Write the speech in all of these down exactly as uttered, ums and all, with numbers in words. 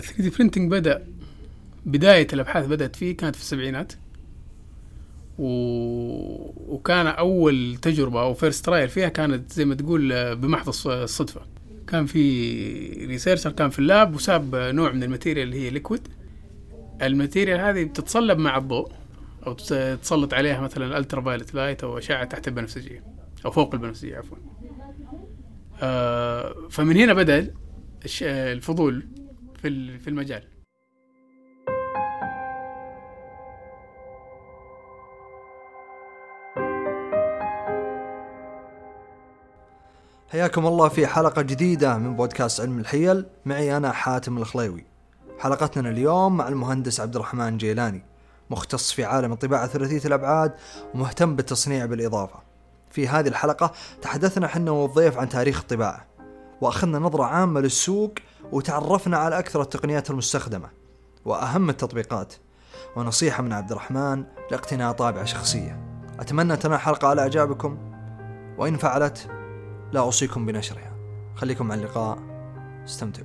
ثري دي printing بدأ بداية الأبحاث بدأت فيه كانت في السبعينات و... وكان أول تجربة أو فيرست ترايل فيها كانت زي ما تقول بمحض الصدفة. كان في ريسيرشر كان في اللاب وساب نوع من الماتيريال اللي هي ليكويد. الماتيريال هذه بتتصلب مع الضوء أو تسلط عليها مثلا الالترا فايلت لايت أو أشعة تحت البنفسجية أو فوق البنفسجية عفوا. آه فمن هنا بدأ الفضول في في المجال. حياكم الله في حلقة جديدة من بودكاست علم الحيل. معي أنا حاتم الخليوي. حلقتنا اليوم مع المهندس عبد الرحمن جيلاني، مختص في عالم الطباعة ثلاثية الأبعاد ومهتم بالتصنيع بالإضافة. في هذه الحلقة تحدثنا حنا والضيف عن تاريخ الطباعة، وأخذنا نظرة عامة للسوق، وتعرفنا على أكثر التقنيات المستخدمة وأهم التطبيقات، ونصيحة من عبد الرحمن لاقتناء طابعة شخصية. أتمنى تنال الحلقة على إعجابكم، وإن فعلت لا أوصيكم بنشرها. خليكم مع اللقاء، استمتعوا.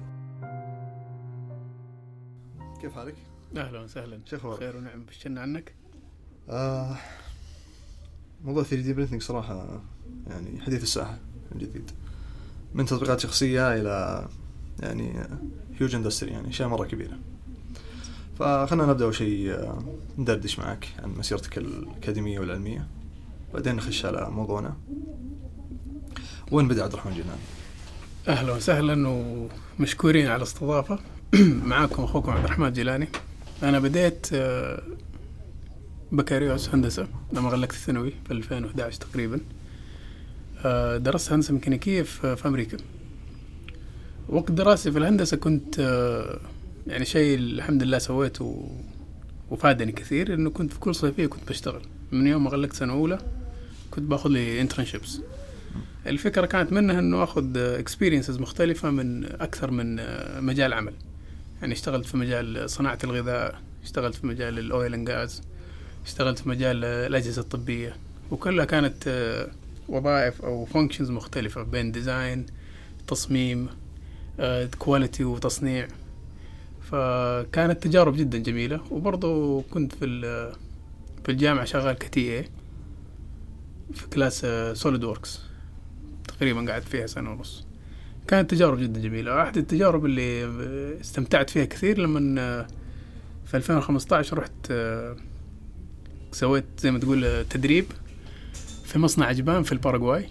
كيف حالك؟ أهلا وسهلا. شخبارك؟ خير ونعم. بشرنا عنك. آه موضوع ثري دي printing صراحة يعني حديث الساحة من جديد، من تطبيقات شخصية إلى يعني هيوج اندستري، يعني شيء مرة كبيرة. فخلنا نبدأ شيء ندردش معك عن مسيرتك الأكاديمية والعلمية، بعدين نخش على موضوعنا. وين بدأ عبد الرحمن جيلاني؟ أهلا وسهلا ومشكورين على الاستضافة. معاكم أخوكم عبد الرحمن جيلاني. أنا بديت بكالوريوس هندسة لما غلقت الثانوي في ألفين وإحدى عشر تقريبا. درست هندسة ميكانيكية في أمريكا. وقت دراستي في الهندسة كنت يعني شيء الحمد لله سويته وفادني كثير، إنه كنت في كل صيفية كنت بشتغل. من يوم ما غلقت سنة أولى كنت باخذ لي internships. الفكرة كانت منها إنه أخذ experiences مختلفة من أكثر من مجال عمل. يعني اشتغلت في مجال صناعة الغذاء، اشتغلت في مجال الأويل اند غاز، اشتغلت في مجال الأجهزة الطبية، وكلها كانت وظائف أو functions مختلفة بين ديزاين، تصميم، كواليتي وتصنيع. فكانت تجارب جدا جميلة. وبرضو كنت في في الجامعة شغال كتي اي في كلاس سوليد ووركس، تقريبا قعدت فيها سنة ونص. كانت تجارب جدا جميلة. أحد التجارب اللي استمتعت فيها كثير لما في ألفين وخمسة عشر رحت سويت زي ما تقول تدريب في مصنع أجبان في الباراغواي.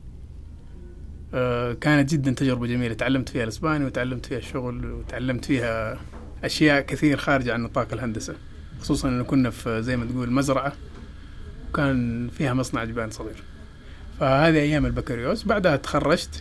كانت جدا تجربة جميلة، تعلمت فيها الإسباني وتعلمت فيها الشغل وتعلمت فيها أشياء كثير خارجة عن نطاق الهندسة، خصوصا أنه كنا في زي ما تقول مزرعة وكان فيها مصنع أجبان صغير. فهذه أيام البكالوريوس. بعدها تخرجت.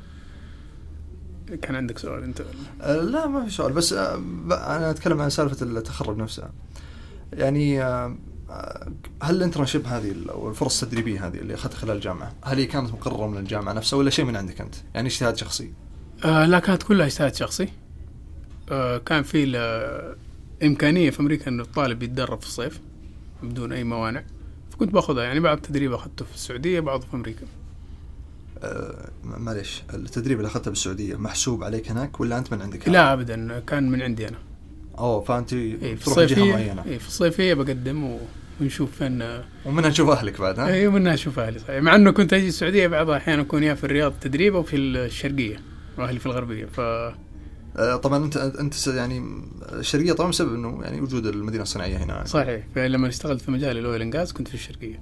كان عندك سؤال أنت؟ أه لا ما في سؤال، بس أه أنا أتكلم عن سالفة التخرج نفسها. يعني أه هل الانترنشيب هذه أو الفرص التدريبية هذه اللي أخذتها خلال الجامعة، هل هي كانت مقررة من الجامعة نفسها ولا شيء من عندك أنت؟ يعني اجتهاد شخصي؟ أه لا، كانت كلها اجتهاد شخصي. أه كان في إمكانية في أمريكا إنه الطالب يتدرب في الصيف بدون أي موانع، فكنت باخذها. يعني بعض التدريب أخذته في السعودية، بعضه في أمريكا. أه معليش، التدريب اللي أخذته بالسعودية محسوب عليك هناك ولا أنت من عندك؟ لا أبدا، كان من عندي أنا. أوه، فأنت إيه في الصيفية. إيه في الصيفية بقدم ونشوف فين، ومنها نشوف أهلك بعد. ها إيه ومنها نشوف أهلي صحيح. مع إنه كنت أجي السعودية بعض الأحيان أكون يا في الرياض تدريب أو في الشرقية وأهلي في الغربية. ف أه طبعا أنت أنت يعني الشرقية طبعا بسبب إنه يعني وجود المدينة الصناعية هنا. صحيح. فلما اشتغلت في مجال الأويل اند غاز كنت في الشرقية.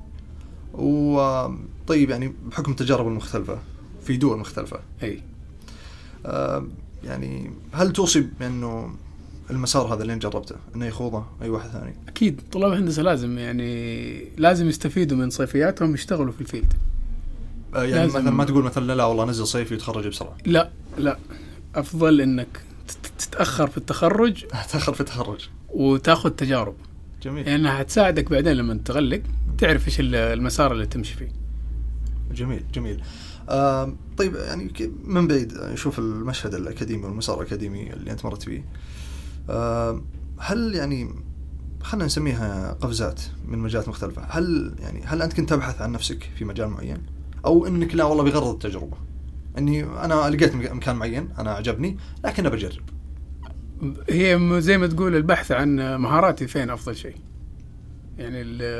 وطيب يعني بحكم التجارب المختلفة في دول مختلفة، أي أه يعني هل توصي إنه المسار هذا اللي جربته إنه يخوضه أي واحد ثاني؟ أكيد. طلاب الهندسة لازم يعني لازم يستفيدوا من صيفياتهم، يشتغلوا في الفيلد. أه يعني مثلا ما تقول مثلا لا والله نزل صيفي وتخرج بسرعة. لا لا، أفضل إنك تتأخر في التخرج تأخر في التخرج وتأخذ تجارب. جميل. لأنها يعني هتساعدك بعدين لما تغلق تعرف إيش المسار اللي تمشي فيه. جميل جميل. آه طيب يعني من بعيد نشوف المشهد الأكاديمي والمسار الأكاديمي اللي أنت مرت فيه. آه هل يعني خلنا نسميها قفزات من مجالات مختلفة، هل يعني هل أنت كنت تبحث عن نفسك في مجال معين، أو إنك لا والله بغرض التجربة، إني أنا لقيت مكان معين أنا عجبني لكن بجرب؟ هي زي ما تقول البحث عن مهاراتي فين أفضل شيء. يعني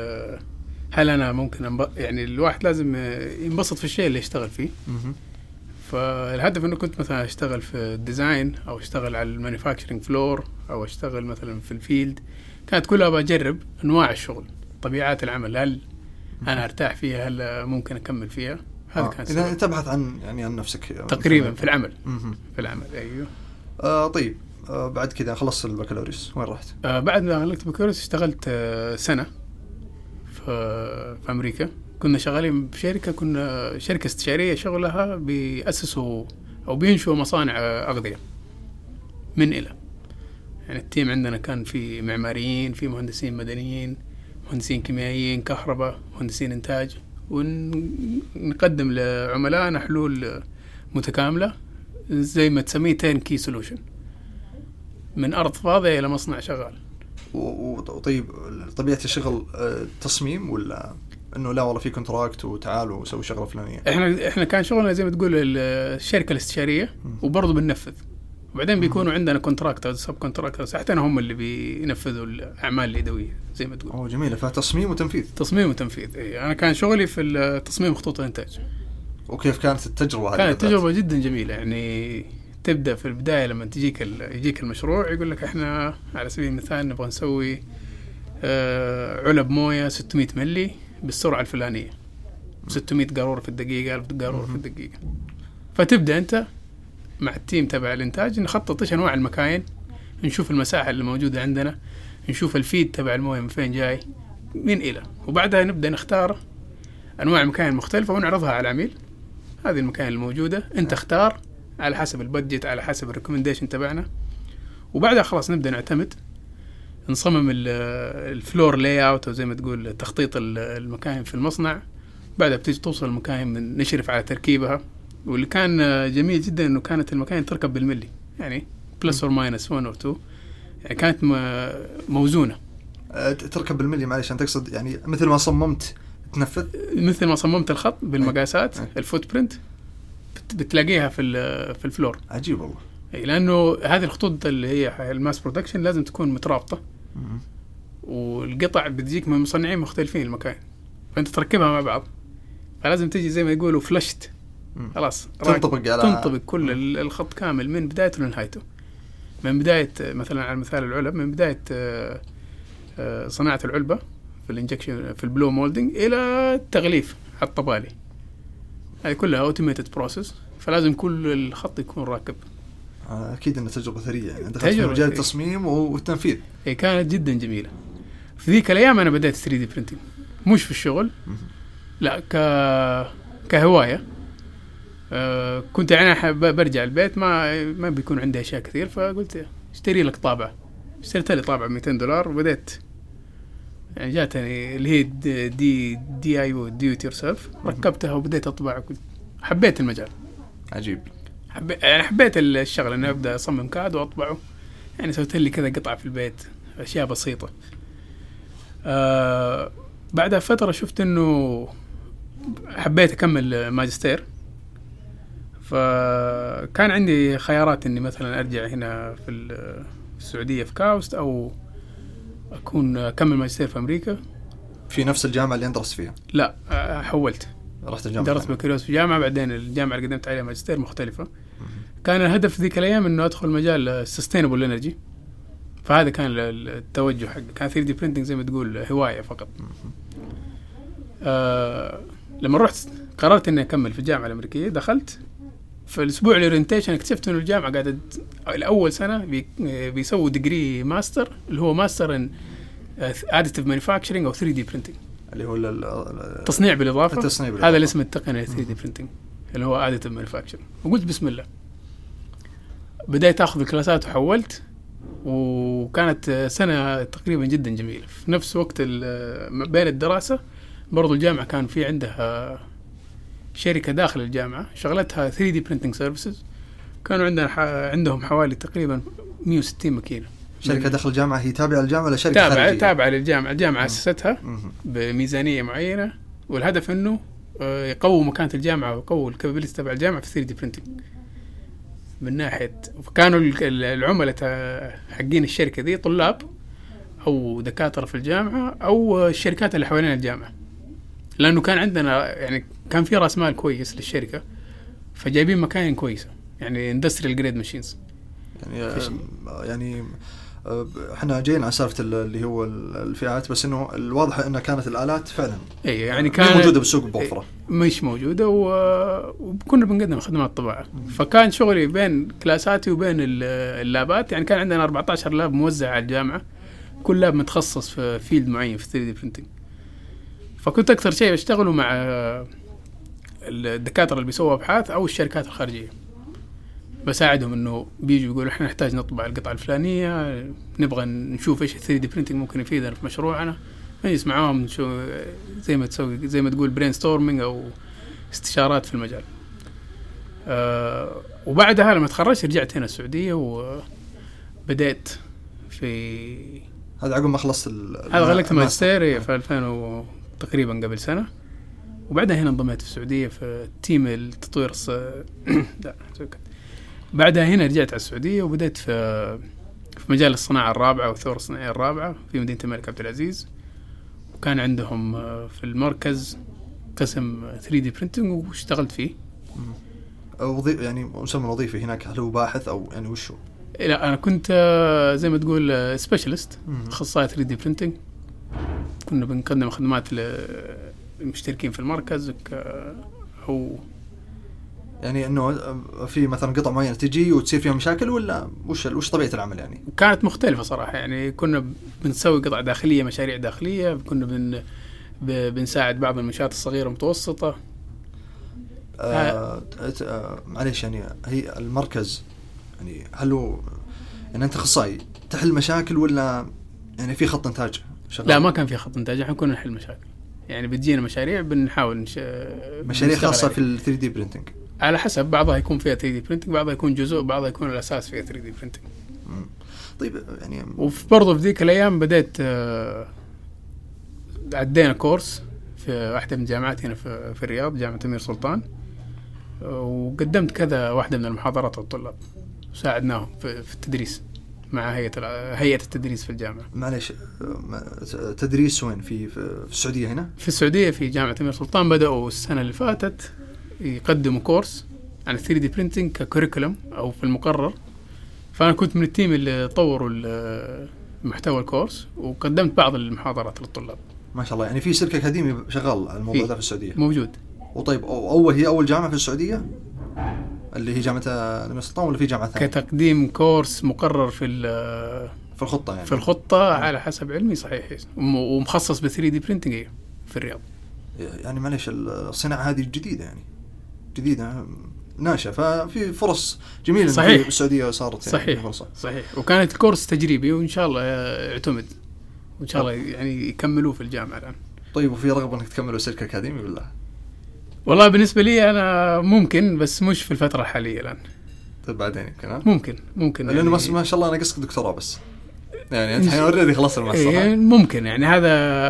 هل أنا ممكن أنب... يعني الواحد لازم ينبسط في الشيء اللي يشتغل فيه. فالهدف إنه كنت مثلا أشتغل في الديزاين أو أشتغل على المانيفاكتشرينج فلور أو أشتغل مثلا في الفيلد، كانت كلها بجرب أنواع الشغل، طبيعات العمل، هل أنا أرتاح فيها، هل ممكن أكمل فيها. هذا آه. كان إذا تبحث عن يعني عن نفسك تقريبا في العمل. مم. في العمل أيوه. آه طيب آه بعد كذا خلصت البكالوريوس وين رحت؟ آه بعد ما خلصت البكالوريوس اشتغلت آه سنة في, في أمريكا. كنا شغالين بشركة، كنا شركة استشارية شغلها بيأسسوا أو بينشوا مصانع أغذية من إلى. يعني التيم عندنا كان في معماريين، في مهندسين مدنيين، مهندسين كيميائيين، كهرباء، مهندسين إنتاج، ونقدم لعملائنا حلول متكاملة زي ما تسميه تين كي سولوشن، من أرض فاضية إلى مصنع شغال. وطيب طبيعة الشغل تصميم ولا إنه لا والله في كونتراكت وتعالوا وسوي شغلة فلانية؟ إحنا إحنا كان شغلنا زي ما تقول الشركة الاستشارية وبرضه بننفذ، وبعدين بيكونوا عندنا كونتراكترز سب كونتراكترز حتى هم اللي بينفذوا الأعمال اليدوية زي ما تقول. أوه جميلة، فتصميم وتنفيذ. تصميم وتنفيذ. إيه أنا كان شغلي في التصميم خطوط الإنتاج. وكيف كانت التجربة هذه؟ كانت تجربة جدا جميلة. يعني تبدأ في البداية لما تجيك يجيك المشروع يقول لك إحنا على سبيل المثال نبغى نسوي آه علب موية ستمائة ملي بالسرعة الفلانية، ستمائة قارورة في الدقيقة، ألف قارورة في الدقيقة. فتبدأ أنت مع التيم تبع الإنتاج نخطط إيش أنواع المكاين، نشوف المساحة اللي موجودة عندنا، نشوف الفيد تبع الموية من فين جاي من إلى، وبعدها نبدأ نختار أنواع المكاين المختلفة ونعرضها على العميل. هذه المكاين الموجودة أنت اختار على حسب البادجت، على حسب الريكومنديشن تبعنا، وبعدها خلاص نبدأ نعتمد نصمم الفلور لاي اوت، وزي ما تقول تخطيط المكاين في المصنع. بعدها بتيجي توصل المكاين من نشرف على تركيبها. واللي كان جميل جدا انه كانت المكاين تركب بالملي، يعني بلس اور ماينس واحد اور تو، يعني كانت موزونة. تركب بالملي معلش انت تقصد يعني مثل ما صممت تنفذ؟ مثل ما صممت الخط بالمقاسات الفوت برنت بتلاقيها في في الفلور. عجيب والله. لأنه هذه الخطوط اللي هي الماس برودكشن لازم تكون مترابطة، والقطع بتجيك من مصنعين مختلفين المكان، فأنت تركبها مع بعض، فلازم تجي زي ما يقولوا فلشت خلاص تنطبق على تنطبق كل مم. الخط كامل من بدايته لنهايته، من بداية مثلا على مثال العلب، من بداية صناعة العلبة في الانجكشن في البلو مولدنج إلى التغليف على الطبالي. هذه كلها اوتوميتد بروسيس، فلازم كل الخط يكون راكب. أكيد أنها تجربة ثرية، يعني دخلت في مجال التصميم والتنفيذ. هي كانت جدا جميلة. في ذيك الأيام أنا بدأت ثري دي printing، مش في الشغل، لا ك كهواية. أه كنت يعني برجع البيت ما ما بيكون عندي أشياء كثير، فقلت اشتري لك طابعة. اشتريت لي طابعة مئتين دولار، وبدأت يعني جاتني اللي هي دي دي اي او دي يور سيلف، ركبتها وبدأت أطبع. حبيت المجال. عجيب. حبيت يعني حبيت الشغل اني ابدا اصمم كاد واطبعه. يعني سويت لي كذا قطعه في البيت، اشياء بسيطه. آه بعدها فتره شفت انه حبيت اكمل ماجستير، فكان عندي خيارات اني مثلا ارجع هنا في السعوديه في كاوست، او اكون اكمل ماجستير في امريكا في نفس الجامعه اللي انت درست فيها. لا حولت، رحت الجامعه، درست بكالوريوس في جامعه، بعدين الجامعه اللي قدمت عليها ماجستير مختلفه. كان الهدف ذيك الايام انه ادخل مجال السستينبل انرجي، فهذا كان التوجه حقي. كان ثري دي printing زي ما تقول هوايه فقط. آه لما رحت قررت اني اكمل في الجامعه الامريكيه، دخلت في الاسبوع الاورينتيشن، اكتشفت انه الجامعه قاعده الاول سنه بي بيسووا ديجري ماستر اللي هو ماستر ان اديتيف مانيفاكتشرنج او ثري دي printing، اللي هو التصنيع بالاضافه. التصنيع بالإضافة. هذا الاسم التقني ثري دي printing اللي هو اديتيف مانيفاكتشرنج. وقلت بسم الله، بدأت أخذ الكلاسات وحولت، وكانت سنة تقريبا جدا جميلة. في نفس وقت بين الدراسة برضو الجامعة كان في عندها شركة داخل الجامعة شغلتها ثري دي printing services، كانوا عندنا عندهم حوالي تقريبا مئة وستين ماكينة. شركة داخل الجامعة هي تابعة للجامعة ولا شركة تابعة خارجية؟ تابعة للجامعة. الجامعة أسستها بميزانية معينة، والهدف إنه يقوي مكانة الجامعة ويقوي الكابابيلتي تبع الجامعة في ثري دي printing. من ناحية كانوا العملاء حقين الشركة دي طلاب أو دكاترة في الجامعة أو الشركات اللي حوالين الجامعة، لأنه كان عندنا يعني كان في رأس مال كويس للشركة، فجايبين مكان كويسة يعني industrial grade machines. يعني يعني احنا جينا على سالفة اللي هو الفئات، بس انه الواضح انها كانت الآلات فعلا اي يعني كانت موجودة بالسوق بوفرة، مش موجودة، وكنا بنقدم خدمات طباعة. فكان شغلي بين كلاساتي وبين اللابات، يعني كان عندنا أربعة عشر لاب موزع على الجامعة، كل لاب متخصص في فيلد معين في ثري دي printing. فكنت أكثر شيء بشتغله مع الدكاترة اللي بيسووا أبحاث أو الشركات الخارجية، بساعدهم إنه بيجوا يقولوا إحنا نحتاج نطبع القطعة الفلانية، نبغى نشوف إيش ثري دي printing ممكن يفيدنا في مشروعنا، نجلس معاهم نشوف زي ما تسوي زي ما تقول برين ستورمينج أو استشارات في المجال. أه وبعدها لما تخرجت رجعت هنا السعودية وبدأت في هذا عقب ما خلصت هذا غلقت ماجستير في ألفين تقريبا قبل سنة، وبعدها هنا انضميت في السعودية في تيم التطوير الص... لا بعدها هنا رجعت على السعودية وبدأت في في مجال الصناعة الرابعة والثورة الصناعية الرابعة في مدينة الملك عبد العزيز، وكان عندهم في المركز قسم ثري دي printing واشتغلت فيه. وظيفة يعني مسمى وظيفي هناك، هل هو باحث أو يعني وشو؟ لا أنا كنت زي ما تقول سبيشالست، أخصائي ثري دي printing. كنا بنقدم خدمات للمشتركين في المركز أو يعني إنه في مثلا قطع معينة تجي وتصير فيها مشاكل، ولا وش وش طبيعة العمل يعني؟ كانت مختلفة صراحة، يعني كنا بنسوي قطع داخلية، مشاريع داخلية، كنا بن بنساعد بعض المنشآت الصغيرة المتوسطة. آه آه معليش يعني هي المركز يعني هل هو يعني أنت أخصائي تحل مشاكل ولا يعني في خط إنتاج شغال؟ لا ما كان في خط إنتاج، احنا كنا نحل مشاكل، يعني بتجينا مشاريع بنحاول نش... مشاريع خاصة في ال ثري دي printing على حسب، بعضها يكون فيها ثري دي printing، بعضها يكون جزء، بعضها يكون الأساس فيها ثري دي printing. مم. طيب يعني وفي برضه في ذيك الأيام بدأت آه عدينا كورس في واحدة من الجامعات هنا في, في الرياض، جامعة أمير سلطان، وقدمت كذا واحدة من المحاضرات للطلاب وساعدناهم في, في التدريس مع هيئة هيئة التدريس في الجامعة. معلش تدريس وين؟ في في السعودية هنا؟ في السعودية في جامعة أمير سلطان بدأوا السنة اللي فاتت يقدموا كورس عن ثري دي printing ككوريكولم أو في المقرر، فأنا كنت من التيم اللي طوروا المحتوى الكورس وقدمت بعض المحاضرات للطلاب. ما شاء الله، يعني في شركة أكاديمية شغال على الموضوع ده في السعودية؟ موجود. وطيب أول هي أول جامعة في السعودية اللي هي جامعة أمير سلطان ولا في جامعة ثانية؟ كتقديم كورس مقرر في في الخطة يعني. في الخطة على حسب علمي صحيح، ومخصص ب ثري دي printing في الرياض. يعني معلش الصناعة هذه جديدة يعني جديدة ناشئة، ففي فرص جميلة صحيح في السعودية صارت صحيح يعني فرصة. صحيح. وكانت الكورس تجريبي وإن شاء الله يعتمد وإن شاء الله يعني يكملوه في الجامعة الآن. طيب وفي رغبة إنك تكملوا سلك أكاديمي بالله؟ والله بالنسبة لي أنا ممكن، بس مش في الفترة الحالية الآن. طيب بعدين يمكن ها؟ ممكن ممكن لأنه يعني ما شاء الله أنا قصك دكتوراه بس يعني أنت حين أوريدي خلصت الماستر. إيه ممكن يعني هذا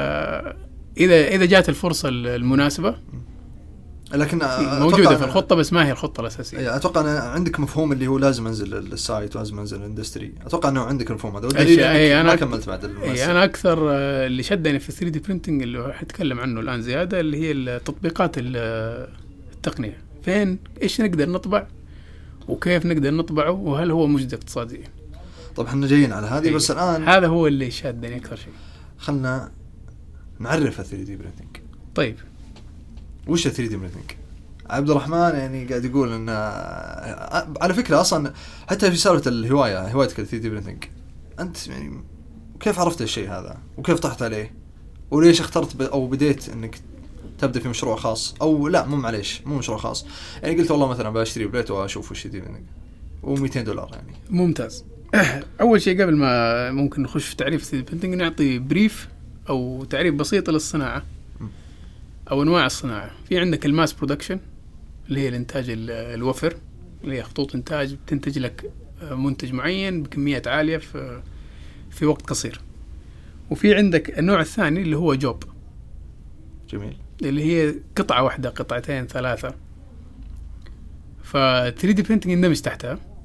إذا إذا جات الفرصة المناسبة، لكن موجودة في الخطة بس ما هي الخطة الأساسية. أتوقع أن عندك مفهوم اللي هو لازم أنزل السايت ولازم أنزل الاندستري، أتوقع أنه عندك المفهوم هذا والدليل أي ما أنا كملت بعد الماستر. أي أنا أكثر اللي شدني في ثري دي printing اللي حتكلم عنه الآن زيادة اللي هي التطبيقات التقنية، فين إيش نقدر نطبع وكيف نقدر نطبعه وهل هو مجدي اقتصاديا. طب احنا جايين على هذه بس الآن هذا هو اللي شادني أكثر شيء. خلنا نعرف ثري دي printing. طيب وش ثري دي printing؟ عبد الرحمن يعني قاعد يقول إن على فكرة أصلا حتى في سالفة الهواية هوايتك ثري دي printing، أنت يعني كيف عرفت الشيء هذا وكيف طحت عليه وليش اخترت أو بديت إنك تبدأ في مشروع خاص؟ أو لا مو معليش مو مشروع خاص، يعني قلت والله مثلا بشتري بليت وأشوف وش دي printing ومئتين دولار يعني. ممتاز. أول شيء قبل ما ممكن نخش في تعريف ثري دي printing نعطي بريف أو تعريف بسيط للصناعة أو أنواع الصناعة. في عندك الماس برودكشن اللي هي الإنتاج الوفر، اللي هي خطوط إنتاج بتنتج لك منتج معين بكميات عالية في في وقت قصير. وفي عندك النوع الثاني اللي هو جوب. جميل. اللي هي قطعة واحدة قطعتين ثلاثة، ف ثري دي printing يندمج تحتها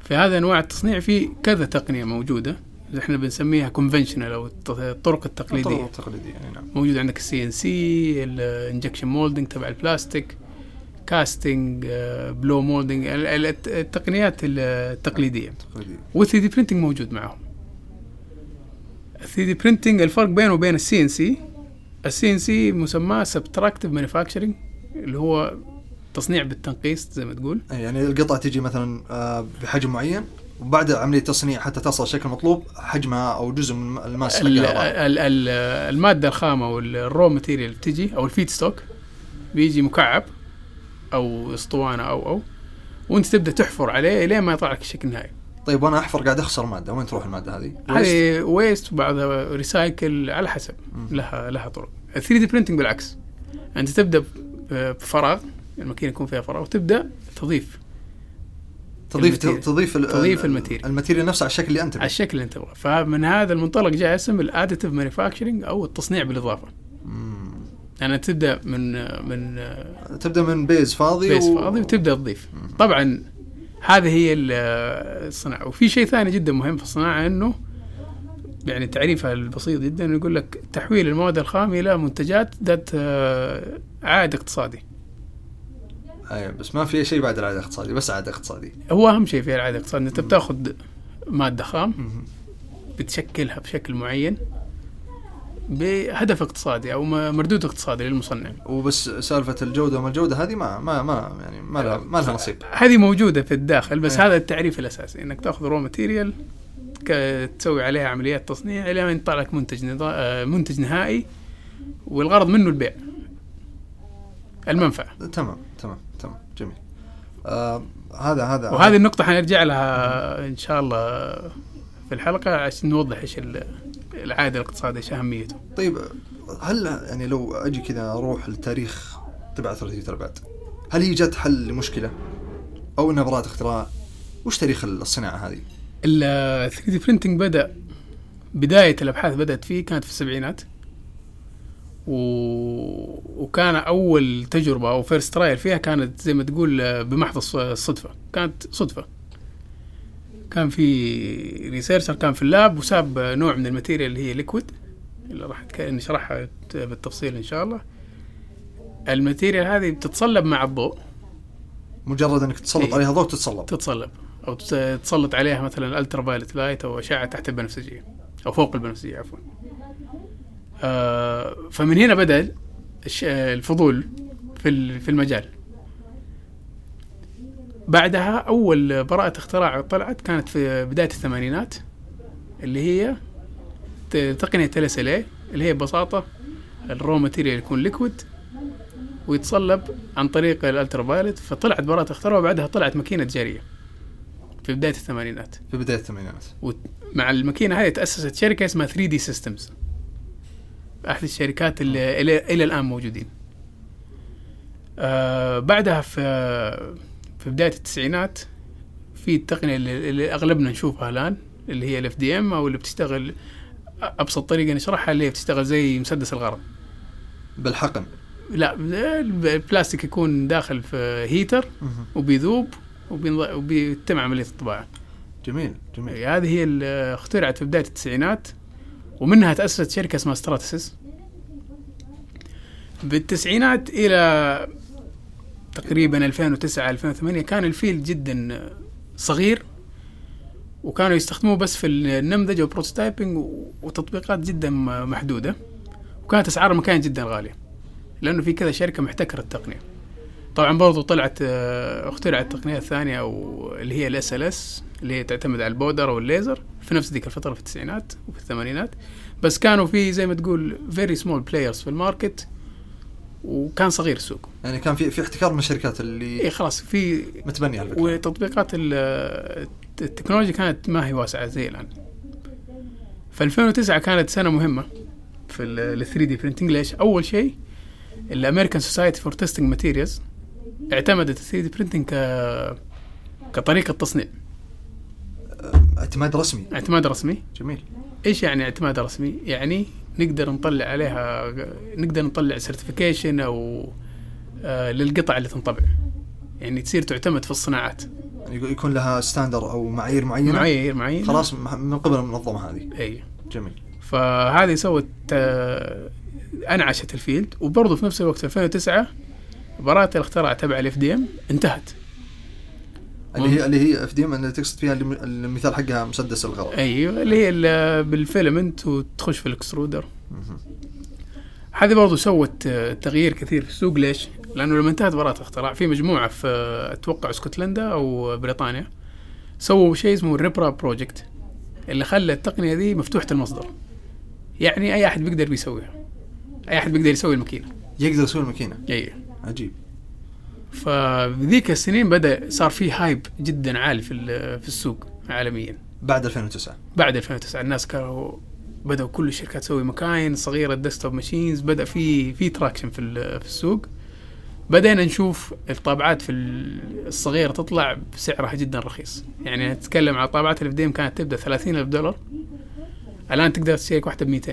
في هذا أنواع التصنيع في كذا تقنية موجودة احنا بنسميها conventional أو الطرق التقليدية. الطرق التقليدية نعم. موجود عندك السي ان سي، الانجكشن مولدنج تبع البلاستيك، كاستنج، بلو مولدنج، التقنيات التقليدية. والثري دي برينتنج موجود معهم. الثري دي برينتنج الفرق بينه وبين السي ان سي، السي ان سي مسماه سبتراكتيف مانيفاكتشرنج، اللي هو تصنيع بالتنقيص زي ما تقول. يعني القطعة تيجي مثلا بحجم معين، وبعد عملية تصنيع حتى تصل الشكل المطلوب حجمها أو جزء من الماس حقها. المادة الخامة والرو ماتيريال بتيجي أو الفيد ستوك بيجي مكعب أو اسطوانة أو أو وأنت تبدأ تحفر عليه لين ما يطلع لك الشكل النهائي. طيب وأنا أحفر قاعد أخسر مادة، وين تروح المادة هذه؟ هذه ويست وبعضها ريسايكل على حسب. م. لها لها طرق. الثري دي برينتنج بالعكس، أنت تبدأ بفراغ، الماكينة يكون فيها فراغ، وتبدأ تضيف تضيف الماتيريال. تضيف تضيف الماتيريال الماتيريال نفسها على الشكل اللي أنت على الشكل اللي أنت تبغاه. فمن هذا المنطلق جاء اسم الاديتيف مانيفاكتشرنج أو التصنيع بالإضافة. امم يعني تبدأ من من تبدأ من بيز فاضي بيز و... فاضي وتبدأ تضيف. مم. طبعا هذه هي الصناعة. وفي شيء ثاني جدا مهم في الصناعة، إنه يعني تعريفها البسيط جدا، يقول لك تحويل المواد الخام إلى منتجات ذات عائد اقتصادي. أيه بس ما في شيء بعد العائد الاقتصادي، بس عائد اقتصادي هو أهم شيء في العائد الاقتصادي. أنت بتأخذ مادة خام بتشكلها بشكل معين بهدف اقتصادي أو مردود اقتصادي للمصنع. وبس سالفة الجودة وما الجودة هذه ما ما ما يعني ما لها ما لها نصيب. هذه موجودة في الداخل، بس أيه. هذا التعريف الأساسي، إنك تأخذ رو ماتيريال تسوي عليها عمليات تصنيع إلى أن يطلع لك منتج منتج نهائي، والغرض منه البيع، المنفعة. تمام تمام تمام جميل. آه هذا هذا وهذه النقطة حنرجع لها إن شاء الله في الحلقة عشان نوضح إيش العائد الاقتصادي، إيش أهميته. طيب هل يعني لو أجي كذا أروح للتاريخ تبع ثلاثية الأبعاد، هل هي جت حل لمشكلة أو إنها براءة اختراع؟ وش تاريخ الصناعة هذه؟ ال ثري دي printing بدأ بداية الأبحاث بدأت فيه كانت في السبعينات، و... وكان أول تجربة أو فيرست ترايل فيها كانت زي ما تقول بمحض الصدفة، كانت صدفة. كان في ريسيرشر كان في اللاب وساب نوع من الماتيريال اللي هي ليكويد، اللي راح نشرحها بالتفصيل إن شاء الله. الماتيريال هذه بتتصلب مع الضوء، مجرد أنك تسلط إيه؟ عليها ضوء تتصلب تتصلب أو تسلط عليها مثلا الألترا فايلت لايت أو أشعة تحت البنفسجية أو فوق البنفسجية عفوا. آه فمن هنا بدأ الفضول في في المجال. بعدها أول براءة اختراع طلعت كانت في بداية الثمانينات، اللي هي تقنية ال إس إل إيه، اللي هي ببساطة الرو ماتيريال يكون ليكويد ويتصلب عن طريق الألترا فايلت. فطلعت براءة اختراع، وبعدها طلعت ماكينة جارية في بداية الثمانينات. في بداية الثمانينات ومع الماكينة هذه تأسست شركة اسمها ثري دي Systems، أحد الشركات اللي إلى الآن موجودين. آه بعدها في في بداية التسعينات في التقنية اللي, اللي أغلبنا نشوفها الآن، اللي هي ال إف دي إم، أو اللي بتشتغل أبسط طريقة نشرحها اللي هي بتشتغل زي مسدس الغرض بالحقن. لا، البلاستيك يكون داخل في هيتر وبيذوب وبيتم عملية الطباعة. جميل جميل. هذه هي اللي اخترعت في بداية التسعينات، ومنها تأسست شركة اسمها ستراتسيس. بالتسعينات إلى تقريبا ألفين وتسعة ألفين وثمانية كان الفيلد جدا صغير، وكانوا يستخدموه بس في النمذجة وبروتوتايبنج وتطبيقات جدا محدودة، وكانت أسعار المكان جدا غالية لأنه في كذا شركة محتكرة التقنية. طبعا برضو طلعت اخترعت التقنية الثانية أو اللي هي ال إس إل إس، اللي هي تعتمد على البودر أو الليزر في نفس ذيك الفترة في التسعينات وفي الثمانينات. بس كانوا في زي ما تقول very small players في الماركت، وكان صغير السوق. يعني كان في في احتكار من الشركات اللي إيه خلاص في متبنية على الفكرة. وتطبيقات التكنولوجيا كانت ما هي واسعة زي الآن. في ألفين وتسعة كانت سنة مهمة في ال ثري دي printing. ليش؟ أول شيء الأمريكان سوسايتي فور تيستينج ماتيريالز اعتمدت ثري دي printing ك كطريقة تصنيع. اعتماد رسمي. اعتماد رسمي. جميل. إيش يعني اعتماد رسمي؟ يعني نقدر نطلع عليها، نقدر نطلع سيرتيفيكيشن أو آه للقطع اللي تنطبع، يعني تصير تعتمد في الصناعات. يعني يكون لها ستاندر او معايير معينه معايير معينه خلاص من قبل المنظمه هذه. اي جميل. فهذه سوت انعشت الفيلد. وبرضه في نفس الوقت ألفين وتسعة براءة الاختراع تبع الاف دي ام انتهت، اللي هي اللي هي اف دي ام اللي تقصد فيها المثال حقها مسدس الغرض. ايوه اللي هي اللي بالفيلمنت وتخش في الاكسترودر. هذه برضو سوت تغيير كثير في السوق. ليش؟ لانه لما انتهت براءة الاختراع في مجموعه في اتوقع اسكتلندا او بريطانيا سووا شيء اسمه الريبرا بروجكت اللي خلى التقنيه دي مفتوحه المصدر، يعني اي احد بيقدر بيسويها، اي احد بيقدر يسوي الماكينه، يقدر يسوي الماكينه. اي عجيب. فذيك السنين بدا صار في هايب جدا عالي في في السوق عالميا. بعد ألفين وتسعة بعد ألفين وتسعة الناس كانوا بدأوا كل الشركات تسوي مكاين صغيرة ديسكتوب ماشينز، بدأ في في تراكشن في في السوق. بدأنا نشوف الطابعات في الصغيرة تطلع بسعرها جدا رخيص، يعني نتكلم على طابعات اللي بديم كانت تبدأ ثلاثين ألف دولار، الآن تقدر تشتري واحدة بميتين.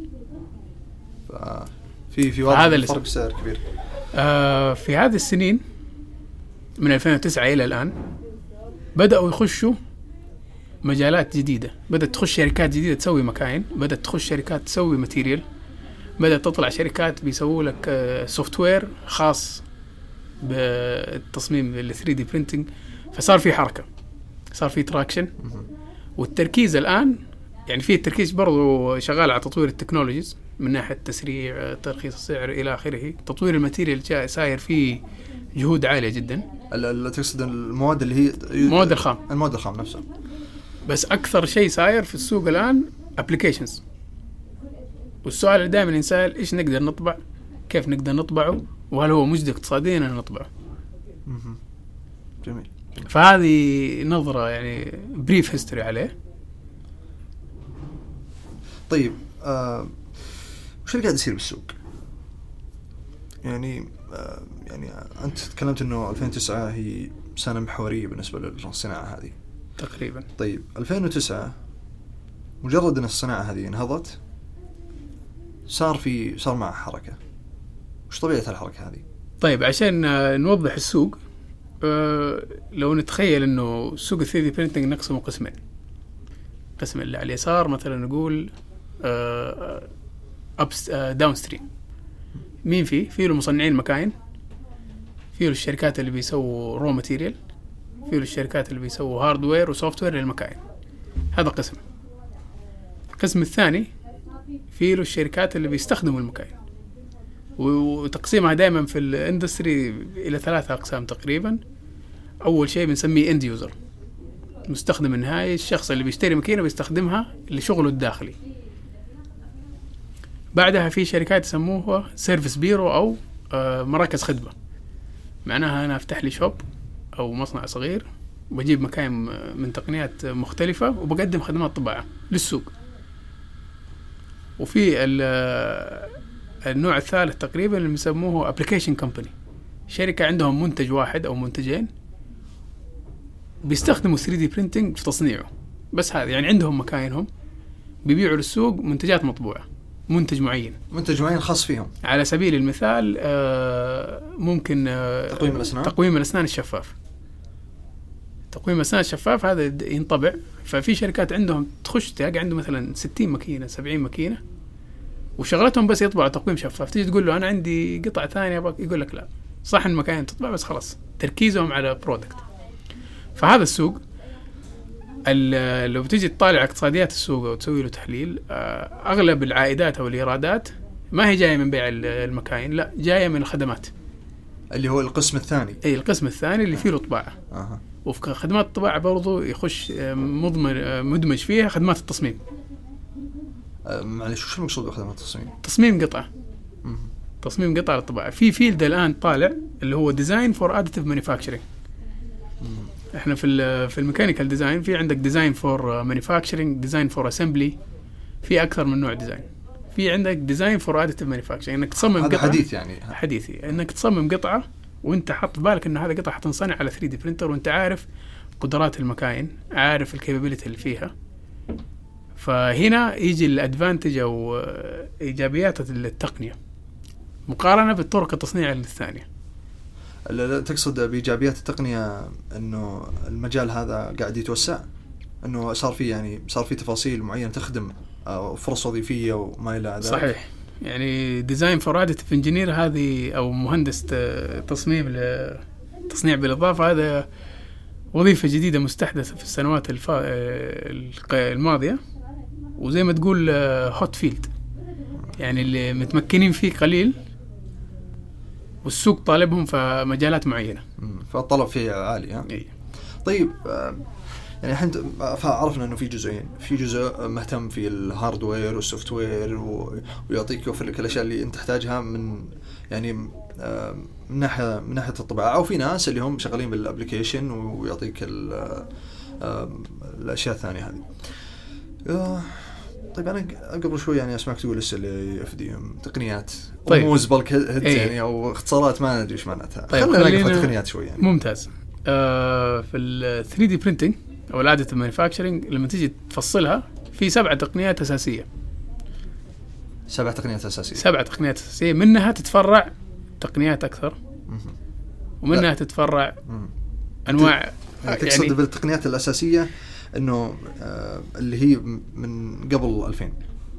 في في واضح فرق سعر كبير. آه في هذه السنين من ألفين وتسعة إلى الآن بدأوا يخشوا مجالات جديدة، بدأت تخش شركات جديدة تسوي مكاين، بدأت تخش شركات تسوي ماتيريال، بدأت تطلع شركات بيسووا لك سوفت وير خاص بالتصميم ال ثري دي printing. فصار في حركة، صار في تراكشن. والتركيز الآن يعني في التركيز برضو شغال على تطوير التكنولوجيز من ناحية تسريع ترخيص السعر إلى آخره. تطوير الماتيريال جاء ساير فيه جهود عالية جدا. ال تقصد المواد اللي هي المواد الخام، المواد الخام نفسها. بس أكثر شيء ساير في السوق الآن applications. والسؤال اللي دائما ينسأل إيش نقدر نطبع، كيف نقدر نطبعه، وهل هو مجدي اقتصاديا أن نطبعه. جميل. فهذه نظرة يعني بريف هيستوري عليه. طيب آه، وش اللي قاعد يصير بالسوق؟ يعني آه، يعني أنت تكلمت إنه ألفين وتسعة هي سنة محورية بالنسبة للصناعة هذه تقريبا. طيب ألفين وتسعة مجرد أن الصناعة هذه انهضت صار في صار معها حركة. وش طبيعة الحركة هذه؟ طيب عشان نوضح السوق، أه لو نتخيل إنه سوق ثري دي printing نقسمه قسمين. قسم اللي على اليسار مثلا نقول أه أبس أه داون ستريم. مين فيه؟ فيه المصنعين مكاين، فيه الشركات اللي بيسووا رو ماتيريال، فيه الشركات اللي بيسووا هاردوير وسوفت وير للمكاين. هذا قسم. القسم الثاني فيه الشركات اللي بيستخدموا المكاين، وتقسيمها دائما في الاندستري الى ثلاثة اقسام تقريبا. اول شيء بنسميه اند يوزر، مستخدم النهائي، الشخص اللي بيشتري ماكينه بيستخدمها لشغله الداخلي. بعدها في شركات يسموها سيرفيس بيرو او مراكز خدمه، معناها انا افتح لي شوب او مصنع صغير وبجيب مكاين من تقنيات مختلفه وبقدم خدمات طباعه للسوق. وفي النوع الثالث تقريبا اللي يسموه ابليكيشن كومباني، شركه عندهم منتج واحد او منتجين بيستخدموا ثري دي printing في تصنيعه بس. هذا يعني عندهم مكاينهم بيبيعوا للسوق منتجات مطبوعه، منتج معين منتج معين خاص فيهم. على سبيل المثال ممكن تقويم الأسنان تقويم الأسنان الشفاف. تقويم الأسنان الشفاف هذا ينطبع. ففي شركات عندهم تخش تلاقي عنده مثلا ستين ماكينة سبعين ماكينة وشغلتهم بس يطبع تقويم شفاف. تيجي تقول له أنا عندي قطعة ثانية أبغى، يقول لك لا، صح المكاين تطبع بس خلاص تركيزهم على برودكت. فهذا السوق لو بتيجي تطالع اقتصاديات السوق وتسوي له تحليل، أغلب العائدات أو الإيرادات ما هي جاية من بيع المكاين، لا جاية من الخدمات اللي هو القسم الثاني. أي القسم الثاني اللي فيه طباعة. أه. وفي خدمات الطباعة برضو يخش مضمر مدمج فيها خدمات التصميم. أه معلش وش المقصود بخدمات التصميم؟ تصميم قطعة. مم. تصميم قطعة للطباعة. في فيلد الآن طالع اللي هو ديزاين فور اديتيف مانيفاكتشرينج. احنا في في الميكانيكال ديزاين في عندك ديزاين فور مانيفاكتشرينج، ديزاين فور اسمبلي، في اكثر من نوع ديزاين. في عندك ديزاين فور اديتيف مانيفاكتشرينج، انك تصمم هذا قطعة حديث يعني حديثي، انك تصمم قطعة وانت حاط في بالك ان هذا قطعة حتنصنع على ثري دي برينتر وانت عارف قدرات المكاين، عارف الكابابيلتي اللي فيها. فهنا يجي الادفانتج او ايجابيات التقنية مقارنة بالطرق التصنيع الثانية. تقصد بإيجابيات التقنية إنه المجال هذا قاعد يتوسع، إنه صار فيه يعني صار فيه تفاصيل معينة تخدم فرص وظيفية وما إلى ذلك. صحيح، يعني ديزاين فور اديتيف انجينير هذه او مهندس تصميم تصنيع بالاضافه، هذا وظيفه جديده مستحدثه في السنوات الفا... الماضيه، وزي ما تقول هوت فيلد، يعني اللي متمكنين فيه قليل والسوق طالبهم في مجالات معينه، فالطلب فيه عالي. ها؟ إيه. طيب يعني الحين عرفنا انه في جزئين، في جزء مهتم في الهاردوير والسوفت وير ويعطيك يوفر لك الاشياء اللي انت تحتاجها من يعني من ناحيه من ناحيه الطباعه، وفي ناس اللي هم شغالين بالابلكيشن ويعطيك الاشياء الثانيه هذه. طيب انا قبل شوي يعني اسمعك تقول لسه اللي اف دي ام تقنيات طيب. موز بالك هيد أيه. يعني او اختصارات ما ندري ايش معناتها. طيب خلينا نقف في التقنيات شوي يعني. ممتاز. آه في ال ثري دي printing او الاديتيف مانيفاكتشرنج لما تيجي تفصلها في سبع تقنيات اساسيه. سبع تقنيات اساسيه. سبع تقنيات اساسيه، منها تتفرع تقنيات اكثر ومنها لا. تتفرع مم. انواع. يعني تقصد يعني بالتقنيات الاساسيه انه آه اللي هي من قبل ألفين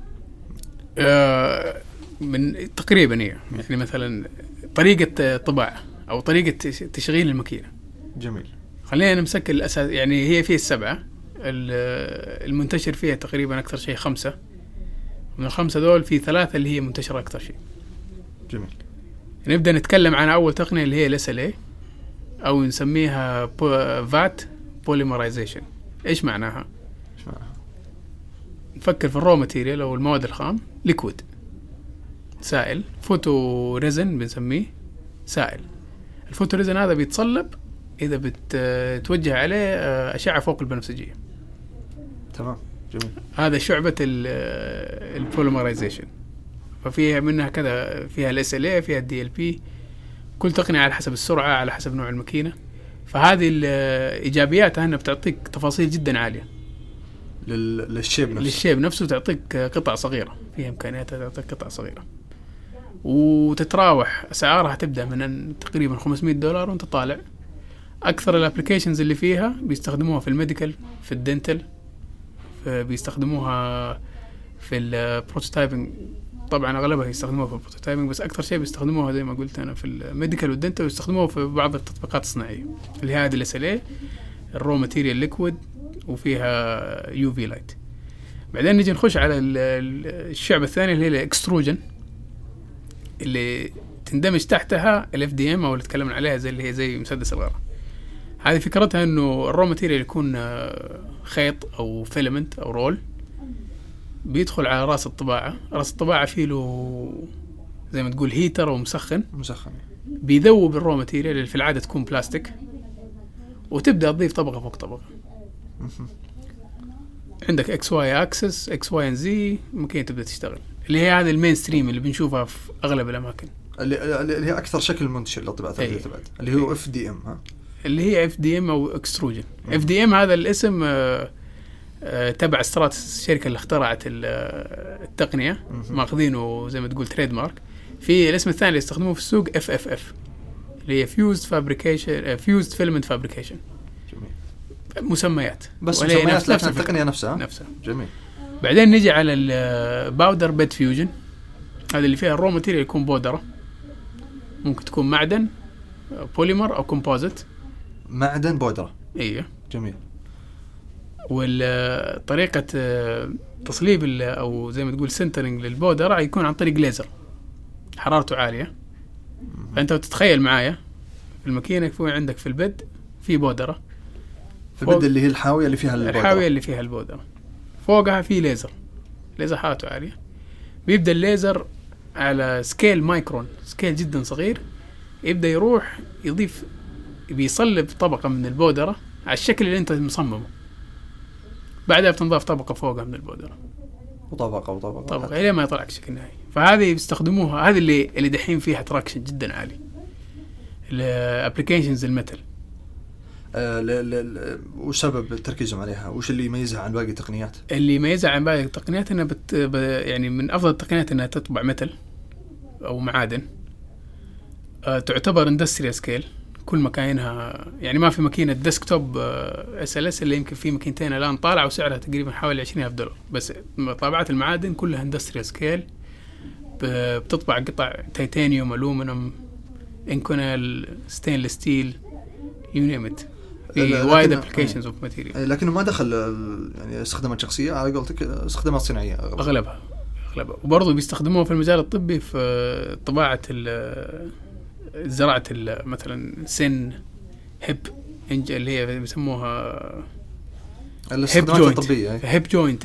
آه من تقريبا هي يعني مثلا طريقه طباعه او طريقه تشغيل الماكينه. جميل. خلينا نمسك الاساس، يعني هي فيها السبعه، المنتشر فيها تقريبا اكثر شيء خمسه، من الخمسه دول في ثلاثه اللي هي منتشره اكثر شيء. جميل. نبدا نتكلم عن اول تقنيه اللي هي الاس ال اي او نسميها فات بوليمرايزيشن. ايش معناها؟ ايش معناها؟ نفكر في الرو ماتيريال او المواد الخام، ليكويد سائل، فوتو ريزن بنسميه سائل. الفوتو ريزن هذا بيتصلب اذا بتوجه عليه اشعه فوق البنفسجيه. تمام. جميل. هذا شعبه البوليمرايزيشن، ففيها منها كذا، فيها الاس ال اي، فيها الدي ال بي، كل تقنيه على حسب السرعه، على حسب نوع الماكينه. فهذه الايجابيات انها بتعطيك تفاصيل جدا عاليه للشيب نفسه. للشيب نفسه تعطيك قطع صغيره، فيها امكانيات تعطيك قطع صغيره، وتتراوح اسعارها تبدا من تقريبا خمسمية دولار وانت طالع. اكثر الابلكيشنز اللي فيها بيستخدموها في الميديكال، في الدنتال، بيستخدموها في البروتوتايبنج. طبعا اغلبها يستخدموها في البروتوتايبنج، بس اكثر شيء بيستخدموها زي ما قلت انا في الميديكال والدنتال، ويستخدموها في بعض التطبيقات الصناعيه اللي هي هذه الاس ال اي، الرو ماتيريال ليكويد، وفيها يو في لايت. بعدين نجي نخش على الشعب الثاني اللي هي الاكستروجن، اللي تندمج تحتها الاف دي ام او اللي تكلمنا عليها زي اللي هي زي مسدس الغرة. هذه فكرتها انه الرو ماتيريال يكون خيط او فيلمنت او رول، بيدخل على راس الطباعة. راس الطباعة فيه له زي ما تقول هيتر او مسخن مسخن بيذوب الرو ماتيريال اللي في العادة تكون بلاستيك، وتبدأ تضيف طبقة فوق طبقة. عندك اكس واي اكسس، اكس واي ان زي، ممكن تبدأ تشتغل، اللي هي هذا المين ستريم اللي بنشوفها في اغلب الاماكن، اللي اللي هي اكثر شكل منتشر للطباعة الثلاثية تبعت، اللي هو اف دي ام. ها اللي هي اف دي ام او اكستروجن. اف دي ام هذا الاسم آه آه تبع ستراتس، الشركة اللي اخترعت التقنية، ماخذينه زي ما تقول تريد مارك. في الاسم الثاني اللي يستخدموه في السوق اف اف اف، اللي هي فيوزد فابريكيشن، فيوزد فيلمنت فابريكيشن. مسميات بس مسميات نفس التقنية نفسها نفسها. جميل. بعدين نجي على الباودر بيد فيوجن، هذا اللي فيها الرو ماتيريال يكون بودرة، ممكن تكون معدن، بوليمر او كومبوزيت. معدن بودرة. ايوه. جميل. والطريقة تصليب او زي ما تقول سنترنج للبودرة يكون عن طريق ليزر حرارته عالية. فانت تتخيل معايا في الماكينة في عندك في البد في بودرة، في البد اللي هي الحاوية اللي فيها البودرة، الحاوية اللي فيها البودرة، فوقها في ليزر، ليزر حرارته عالية. بيبدأ الليزر على سكيل مايكرون، سكيل جدا صغير، يبدأ يروح يضيف، بيصلب طبقة من البودرة على الشكل اللي انت مصممه. بعدها بتنضاف طبقة فوقها من البودرة، وطبقة وطبقة طبقة إلى ما يطلع شكل نهائي. فهذه بيستخدموها، هذه اللي اللي دحين فيها تراكشن جدا عالي، الابليكيشنز الميتال. آه ل ل وش سبب تركيزهم عليها؟ وش اللي يميزها عن باقي التقنيات؟ اللي يميزها عن باقي التقنيات انها بت يعني من افضل التقنيات انها تطبع ميتال او معادن. آه تعتبر اندستريال سكيل، كل مكاينها يعني ما في ماكينة ديسكتوب اس ال اس اللي يمكن في ماكينتين الآن طالعة وسعرها تقريبا حوالي عشرين ألف دولار، بس طابعات المعادن كلها اندستريال سكيل، بتطبع قطع تيتانيوم، ألومنيوم، انكونال، ستينلس ستيل، يو نيم ات، في وايد ابلكيشنز اوف ماتيريال. لكنه ما دخل يعني استخدامات شخصيه على قولتك، استخدامات صناعيه أغلب. اغلبها اغلبها وبرضه بيستخدموها في المجال الطبي في طباعه زراعه مثلا سن هيب انج اللي هي بيسموها الاستخدامات الطبيه، هيب جوينت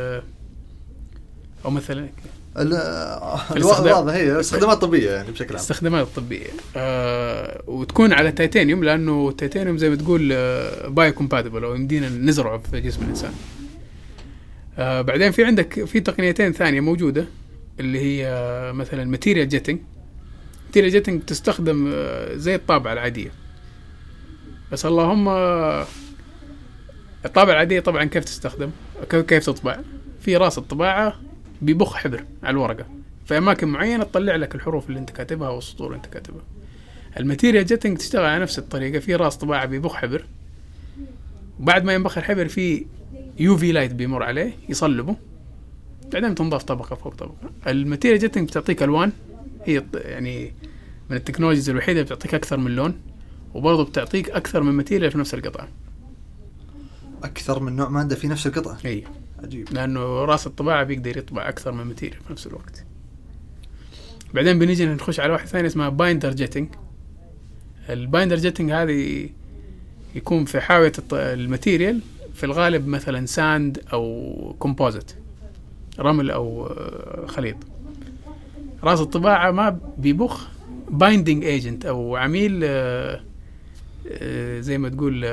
او مثلا الواضح هي استخدامات طبيه يعني بشكل عام، استخدامات طبيه آه وتكون على تيتانيوم، لانه التيتانيوم زي ما تقول آه باي كومباتبل او يمدينا نزرعه في جسم الانسان. آه بعدين في عندك في تقنيتين ثانيه موجوده اللي هي آه مثلا ماتيريال جيتنج. ماتيريال جيتنج تستخدم آه زي الطابعه العاديه، بس اللهم آه الطابعه العاديه طبعا كيف تستخدم كيف تطبع، في راس الطباعه بيبخ حبر على الورقة في أماكن معينة تطلع لك الحروف اللي أنت كاتبها والسطور اللي أنت كاتبها. الماتيريال جيتنج تشتغل على نفس الطريقة، في راس طباعة بيبخ حبر، وبعد ما ينبخ الحبر في يو في لايت بيمر عليه يصلبه، بعدين تنضاف طبقة فوق طبقة. الماتيريال جيتنج بتعطيك ألوان، هي يعني من التكنولوجيز الوحيدة بتعطيك أكثر من لون، وبرضه بتعطيك أكثر من ماتيريال في نفس القطعة، أكثر من نوع مادة في نفس القطعة. أي عجيب. لأنه راس الطباعة بيقدر يطبع أكثر من ماتيريال في نفس الوقت. بعدين بنيجي نخش على واحد ثاني اسمها بايندر جيتنج. البايندر جيتنج هذه يكون في حاوية الماتيريال في الغالب مثلا ساند أو كومبوزيت، رمل أو خليط. راس الطباعة ما بيبخ بايندينج ايجنت أو عميل زي ما تقول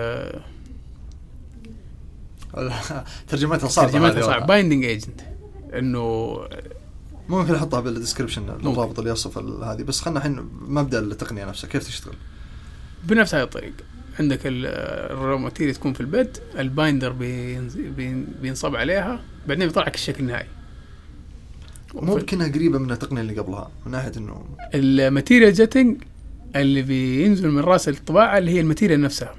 ترجمتها صعبة، ترجمتها صعبة. بايندينج ايجنت انه ممكن احطها بالديسكريبشن الرابط اللي يصف هذه، بس خلنا الحين مبدأ التقنية نفسها كيف تشتغل. بنفس هذه الطريقة، عندك الرو ماتيريال تكون في البيت، البايندر بينصب عليها، بعدين بيطلع لك الشكل النهائي. ممكنها قريبة من التقنية اللي قبلها من ناحية انه الماتيريال جيتنج اللي بينزل من راس الطباعة اللي هي الماتيريال نفسها،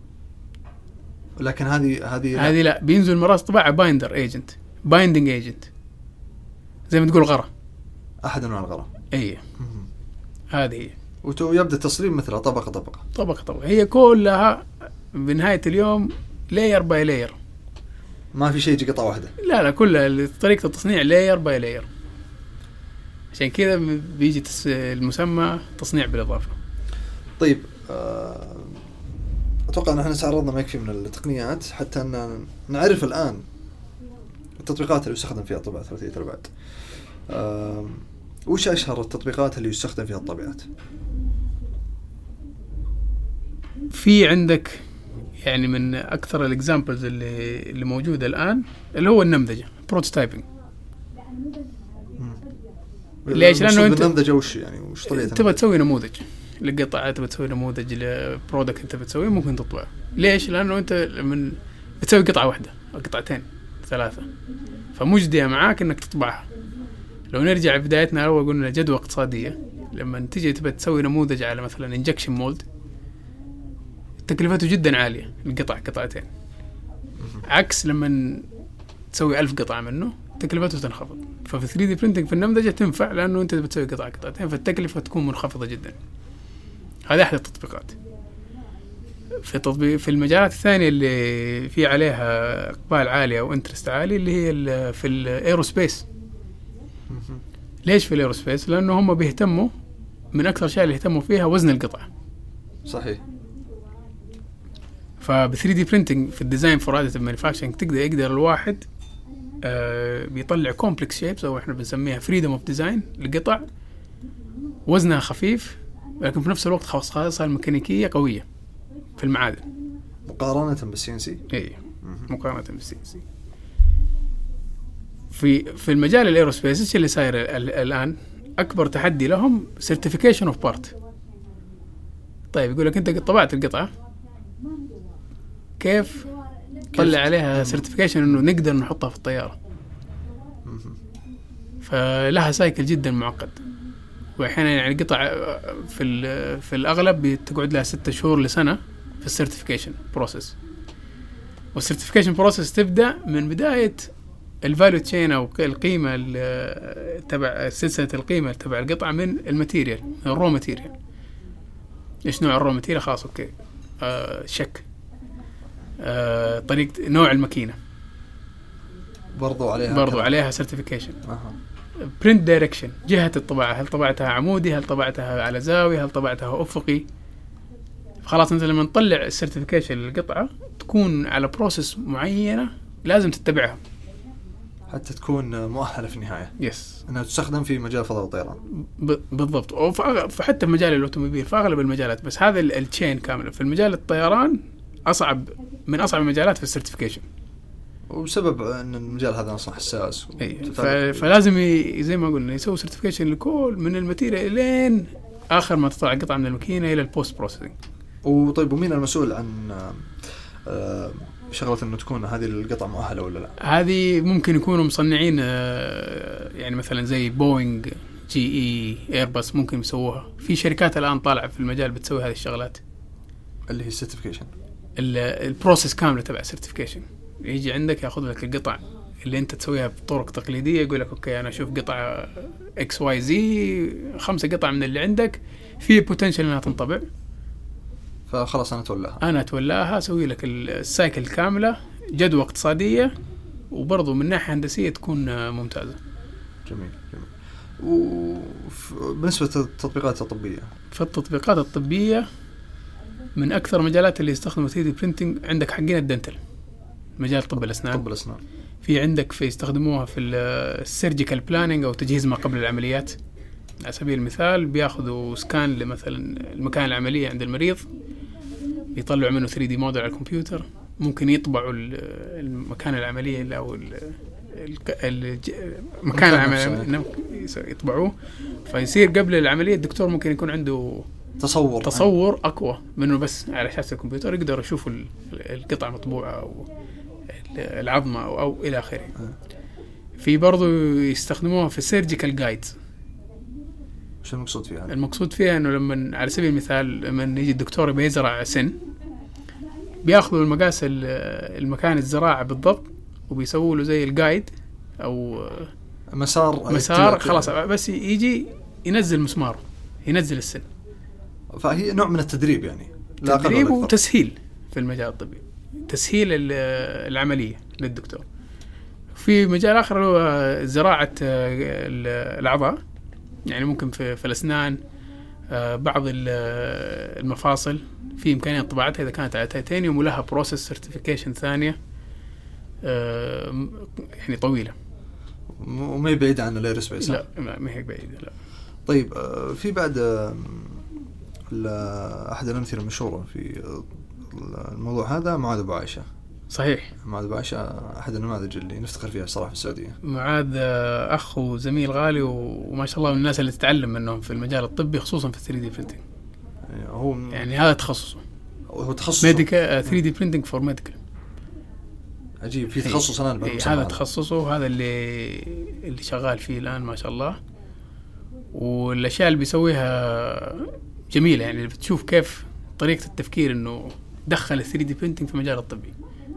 لكن هذه هذه هذه لا بينزل من راس طباعة بايندر ايجنت، بايندينج ايجنت زي ما تقول غرة، احد انواع الغرة. اي هذه هي، ويبدأ التصليب مثلها طبقة طبقة طبقة طبقة، هي كلها بنهاية اليوم لاير باي لاير، ما في شيء يجي قطعة واحدة. لا لا كلها طريقة التصنيع لاير باي لاير، عشان كذا بيجي تس... المسمى تصنيع بالإضافة. طيب آه... أتوقع أن احنا تعرضنا ما يكفي من التقنيات حتى أن نعرف الآن التطبيقات اللي يستخدم فيها الطباعة ثلاثية الأبعاد. آه... وش أشهر التطبيقات اللي يستخدم فيها الطابعات؟ في عندك يعني من أكثر الإكزامبلز اللي اللي موجودة الآن اللي هو النمذجة بروتوتايبنج. ليش؟ لأنه أنت النمذجة وش يعني وش طريقة تبغى تسوي نموذج لقطعة، تبغى تسوي نموذج لبرودكت أنت بتسويه، ممكن تطبعه. ليش؟ لأنه أنت من بتسوي قطعة واحدة أو قطعتين ثلاثة، فمجدية معاك إنك تطبعها. لو نرجع بدايتنا الأول قلنا جدوى اقتصادية، لما تيجي تبغى تسوي نموذج على مثلا انجكشن مولد تكلفته جدا عالية القطع قطعتين، عكس لما تسوي ألف قطعة منه تكلفته تنخفض. ففي ثري دي printing في النمذجة تنفع لأنه أنت بتسوي قطعة قطعتين فالتكلفة تكون منخفضة جدا. هذا أحد التطبيقات. في تطبيق في المجالات الثانية اللي في عليها إقبال عالي أو انترست عالي اللي هي في الإيروسبيس. ليش في الإيروسبيس؟ لأنه هم بيهتموا من أكثر شيء اللي يهتموا فيها وزن القطعة. صحيح. فب ثري دي printing في الديزاين فور اديتيف مانيفاكتشرنج تقدر يقدر الواحد آه بيطلع كومبلكس شيبس او احنا بنسميها فريدم اوف ديزاين لقطع وزنها خفيف لكن في نفس الوقت خواصها الميكانيكيه قويه في المعادن مقارنه بالسي ان سي. اي مقارنه بالسي ان سي. في في المجال الايروسبيس ايش اللي صاير الان؟ اكبر تحدي لهم سيرتيفيكيشن اوف بارت. طيب يقول لك انت طبعت القطعه كيف طلع عليها سيرتيفيكيشن انه نقدر نحطها في الطياره؟ فلها سايكل جدا معقد واحيانا يعني قطع في في الاغلب بتقعد لها ستة شهور لسنه في السيرتيفيكيشن بروسيس. والسيرتيفيكيشن بروسيس تبدا من بدايه الفاليو تشين او القيمه تبع سلسله القيمه تبع القطعه من الماتيريال، الرو ماتيريال. ايش نوع الرو ماتيريال؟ خلاص اوكي. آه شك آه طريقه نوع الماكينه برضو عليها برضو عليها سيرتيفيكيشن. أه. برنت دايركشن، جهه الطباعه، هل طبعتها عمودي، هل طبعتها على زاويه، هل طبعتها افقي. خلاص انت لما تطلع السيرتيفيكيشن للقطعه تكون على بروسيس معينه لازم تتبعها حتى تكون مؤهله في النهايه. يس انها تستخدم في مجال الفضاء والطيران. ب... بالضبط. وحتى في مجال الاوتوموبيل، في اغلب المجالات، بس هذا التشين كامله. في المجال الطيران اصعب من اصعب المجالات في السيرتيفيكيشن، وبسبب ان المجال هذا اصلا حساس. اي ف... فلازم ي... زي ما قلنا يسوي سيرتيفيكيشن لكل من الماتيريال لين اخر ما تطلع القطعه من الماكينه الى البوست بروسيسنج. وطيب ومين المسؤول عن آه شغله انه تكون هذه القطعه مؤهله ولا لا؟ هذه ممكن يكونوا مصنعين آه يعني مثلا زي بوينغ، جي اي، ايرباص، ممكن يسووها. في شركات الان طالعه في المجال بتسوي هذه الشغلات اللي هي السيرتيفيكيشن، البروسيس كامله تبع السيرتيفيكيشن. يجي عندك ياخذ لك القطع اللي انت تسويها بطرق تقليديه، يقول لك اوكي انا اشوف قطعه اكس واي زي خمسه قطع من اللي عندك في بوتنشل انها تنطبع، فخلاص انا اتولاها انا اتولاها اسوي لك السايكل كامله، جدوى اقتصاديه وبرضه من ناحيه هندسيه تكون ممتازه. جميل جميل. وبالنسبه للتطبيقات الطبيه، في التطبيقات الطبيه من اكثر مجالات اللي يستخدموا ثري دي برينتينج عندك حقين الدنتل، مجال طب الاسنان. طب الاسنان في عندك في يستخدموها في السيرجيكال بلاننج او تجهيز ما قبل العمليات. على سبيل المثال بياخذوا سكان لمثلا المكان العمليه عند المريض، يطلعوا منه ثري دي موديل على الكمبيوتر، ممكن يطبعوا المكان العمليه او المكان العمليه يطبعوه، فيصير قبل العمليه الدكتور ممكن يكون عنده تصور تصور اقوى منه بس على شاشه الكمبيوتر، يقدر يشوف القطعه مطبوعه او العظمه او, أو الى اخره. في برضو يستخدموها في السيرجيكال جايد. شو المقصود فيها؟ المقصود فيها انه لما على سبيل المثال لما يجي الدكتور بيزرع سن، بياخذوا المقاس المكان الزراعه بالضبط وبيسووا له زي الجايد او مسار مسار خلاص، بس يجي ينزل مسمار، ينزل السن. فهي نوع من التدريب يعني، لا تدريب وتسهيل في المجال الطبي، تسهيل العمليه للدكتور. في مجال اخر هو زراعه الاعضاء، يعني ممكن في, في الأسنان بعض المفاصل في إمكانية طباعتها إذا كانت على تيتانيوم ولها بروسيس سيرتيفيكيشن ثانية يعني طويلة، وما هي بعيدة عن الايروسبيس. لا ما هي بعيدة لا. طيب في بعد أحد الأمثلة المشهورة في الموضوع هذا معاذ أبو عائشة. صحيح، معاذ أبو عائشة أحد النماذج اللي نفتخر فيها الصراحة في السعودية. معاذ أخ وزميل غالي وما شاء الله من الناس اللي تتعلم منهم في المجال الطبي خصوصا في ثري دي printing. هو يعني هذا تخصصه، هو تخصص ميديكال ثري دي printing for medical. عجيب، في تخصص أنا إيه هذا تخصصه، هذا اللي اللي شغال فيه الآن ما شاء الله. والأشياء اللي بيسويها جميلة، يعني بتشوف كيف طريقة التفكير إنه دخل الثري دي printing في مجال الطبي،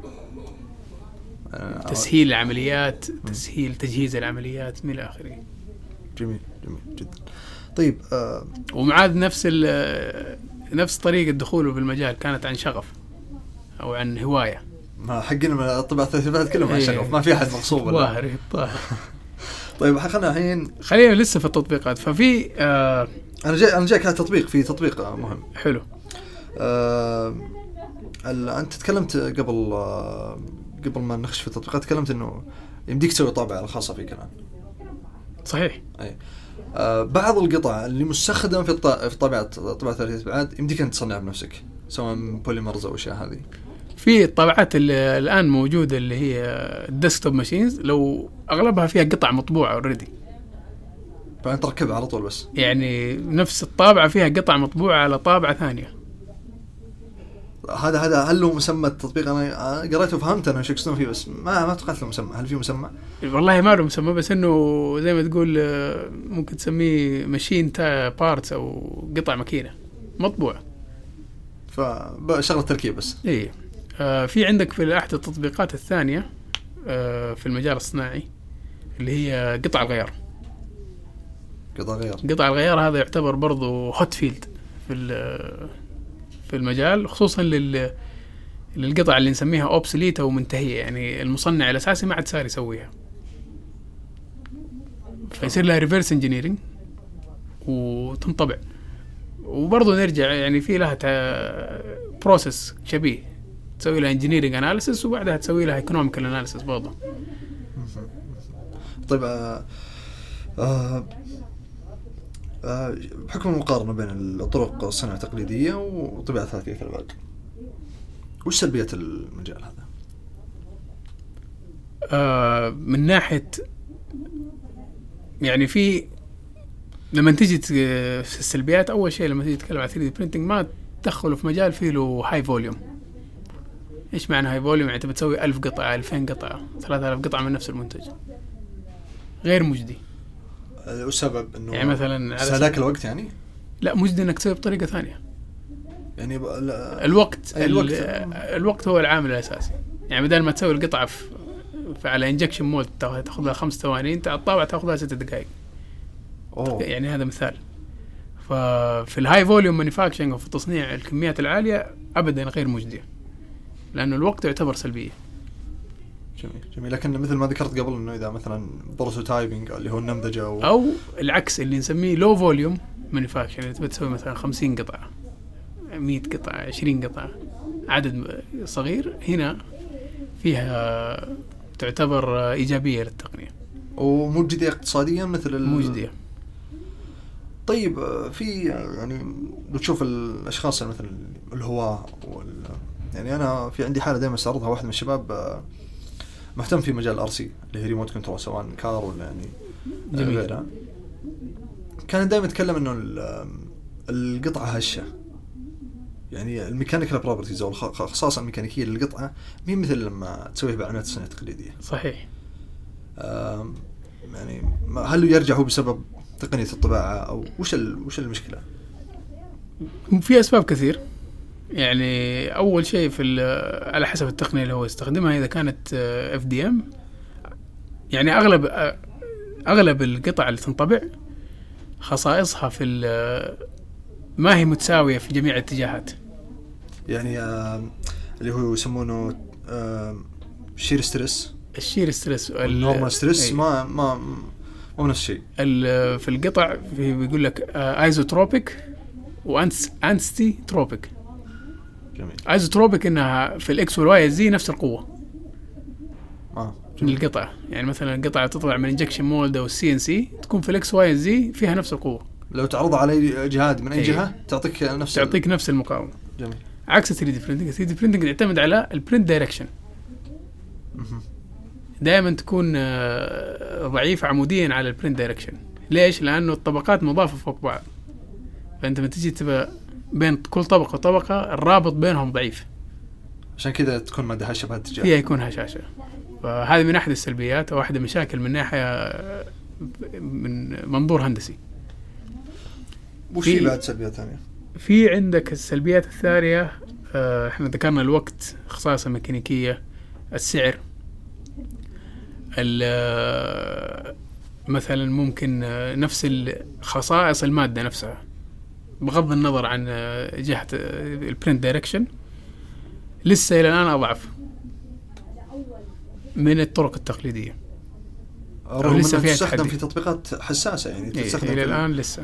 تسهيل العمليات، تسهيل تجهيز العمليات من آخره. جميل جميل جدا. طيب آه ومعاذ نفس نفس طريقة دخوله في المجال كانت عن شغف أو عن هواية. ما حقنا من الطباعة الثلاثيات كلهم عن شغف، ما في أحد مغصوب ولا ظاهري طاهر. طيب خلينا الحين خلينا لسه في التطبيقات. ففي آه أنا جاي أنا جاي كهذا تطبيق في تطبيق مهم حلو. آه أنت تكلمت قبل آه قبل ما نخش في التطبيقات، تكلمت إنه يمديك تسوي طابعة الخاصة فيك الآن. صحيح. أي آه بعض القطع اللي مستخدمة في الط... في طابعة طابعة ثلاثية أبعاد يمديك أن تصنعها بنفسك، سواء بوليمرز أو أشياء هذه. في الطابعات اللي الآن موجودة اللي هي الديسكتوب ماشينز، لو أغلبها فيها قطع مطبوعة أوريدي، فأنت تركبها على طول بس. يعني نفس الطابعة فيها قطع مطبوعة على طابعة ثانية. هذا هذا هل له مسمى التطبيق؟ انا قريته وفهمت انا شو يقصدون فيه، بس ما ما توقعت له مسمى. هل في مسمى؟ والله ما له مسمى، بس انه زي ما تقول ممكن تسميه ماشين تا بارتس او قطع ماكينه مطبوعه، فشغله تركيب بس. ايه. آه في عندك في احد التطبيقات الثانيه آه في المجال الصناعي اللي هي قطع الغيار. قطع غيار قطع الغيار هذا يعتبر برضو هوت فيلد في في المجال، خصوصا لل للقطع اللي نسميها اوبسوليت او منتهيه، يعني المصنع الاساسي ما عاد صار يسويها، فيصير لها ريفيرس انجينيرنج وتنطبع. وبرضو نرجع يعني في لها بروسيس شبيه، تسوي لها انجينيرنج اناليسيس وبعدها تسوي لها ايكونوميكال اناليسيس برضو. طيب آه آه آه بحكم المقارنة بين الطرق الصناعة التقليدية وطباعة ثلاثية الأبعاد، وش سلبيات المجال هذا؟ آه من ناحية يعني في لما تيجي في السلبيات، أول شيء لما تيجي تتكلم عن ثري دي printing ما تدخله في مجال فيه له هاي فوليوم. إيش معنى هاي فوليوم؟ يعني تبي تسوي ألف قطعة، ألفين قطعة، ثلاثة آلاف قطعة من نفس المنتج، غير مجدي. والسبب إنه يعني مثلا استهلاك الوقت، يعني لا مجدي إنك تسوي بطريقة ثانية. يعني الوقت الوقت الوقت هو العامل الأساسي. يعني بدل ما تسوي القطعة في على انجكشن مولد تاخذ لها خمس ثواني، انت على الطاوله تاخذ لها ست دقائق. أوه. يعني هذا مثال. ففي الهاي فوليوم مانيفاكتشرنج وفي تصنيع الكميات العاليه ابدا غير مجديه، لانه الوقت يعتبر سلبيه. جميل جميل. لكن مثل ما ذكرت قبل انه اذا مثلا بروتوتايبنج اللي هو النمذجه او, أو العكس اللي نسميه لو فوليوم مانيفاكتشرنج، تبي تسوي مثلا خمسين قطعه، مية قطعه، عشرين قطعه، عدد صغير، هنا فيها تعتبر إيجابية للتقنية ومجدية اقتصاديا مثل المجدية. طيب في يعني لو تشوف الأشخاص مثل الهواة وال... يعني أنا في عندي حالة دائما استعرضها، واحد من الشباب مهتم في مجال الار سي اللي هي ريموت كنترول، سواء كار ولا يعني غيرها. كان دائما يتكلم إنه القطعة هشة، يعني الميكانيكال بروبرتيز او الخصائص الميكانيكيه للقطعه مين مثل لما تسويها بعمليات الصناعه التقليديه. صحيح. يعني هل يرجع هو بسبب تقنيه الطباعه او وش وش المشكله؟ في اسباب كثير. يعني اول شيء في على حسب التقنيه اللي هو يستخدمها، اذا كانت اف دي ام يعني اغلب اغلب القطع اللي تنطبع خصائصها في ما هي متساويه في جميع الاتجاهات. يعني آه اللي هو يسمونه آه شير ستريس الشير ستريس والنورمال ستريس ما ما مو نفس الشيء. في القطع في بيقول لك ايزوتروبيك وانستي تروبيك. جميل. ايزوتروبيك انها في الاكس والواي زي نفس القوه اه من القطعه، يعني مثلا القطعه تطلع من انجكشن مولد او السي ان سي تكون في الاكس واي زي فيها نفس القوه، لو تعرضها على جهاد من أي جهة تعطيك نفس تعطيك نفس المقاومة. جميل. عكس ثري دي printing. ثري دي printing يعتمد على البرنت دايركشن، دائما تكون ضعيفة عموديا على البرنت دايركشن. ليش؟ لأنه الطبقات مضافة فوق بعض، فأنت ما تيجي تبقى بين كل طبقة وطبقة الرابط بينهم ضعيف، عشان كذا تكون مادة هشة بهالاتجاه، فيها يكون هشاشة. فهذه من أحد السلبيات أو أحد المشاكل من ناحية من منظور هندسي. وش في بعد سلبيات ثانية؟ في عندك السلبيات الثانية، اه احنا ذكرنا الوقت، خصائص الميكانيكية، السعر، مثلا ممكن نفس خصائص المادة نفسها بغض النظر عن جهة البرنت دايركشن لسه إلى الآن أضعف من الطرق التقليدية، أو لسه فيها تستخدم في تطبيقات حساسة، يعني تستخدم إلى الآن لسه.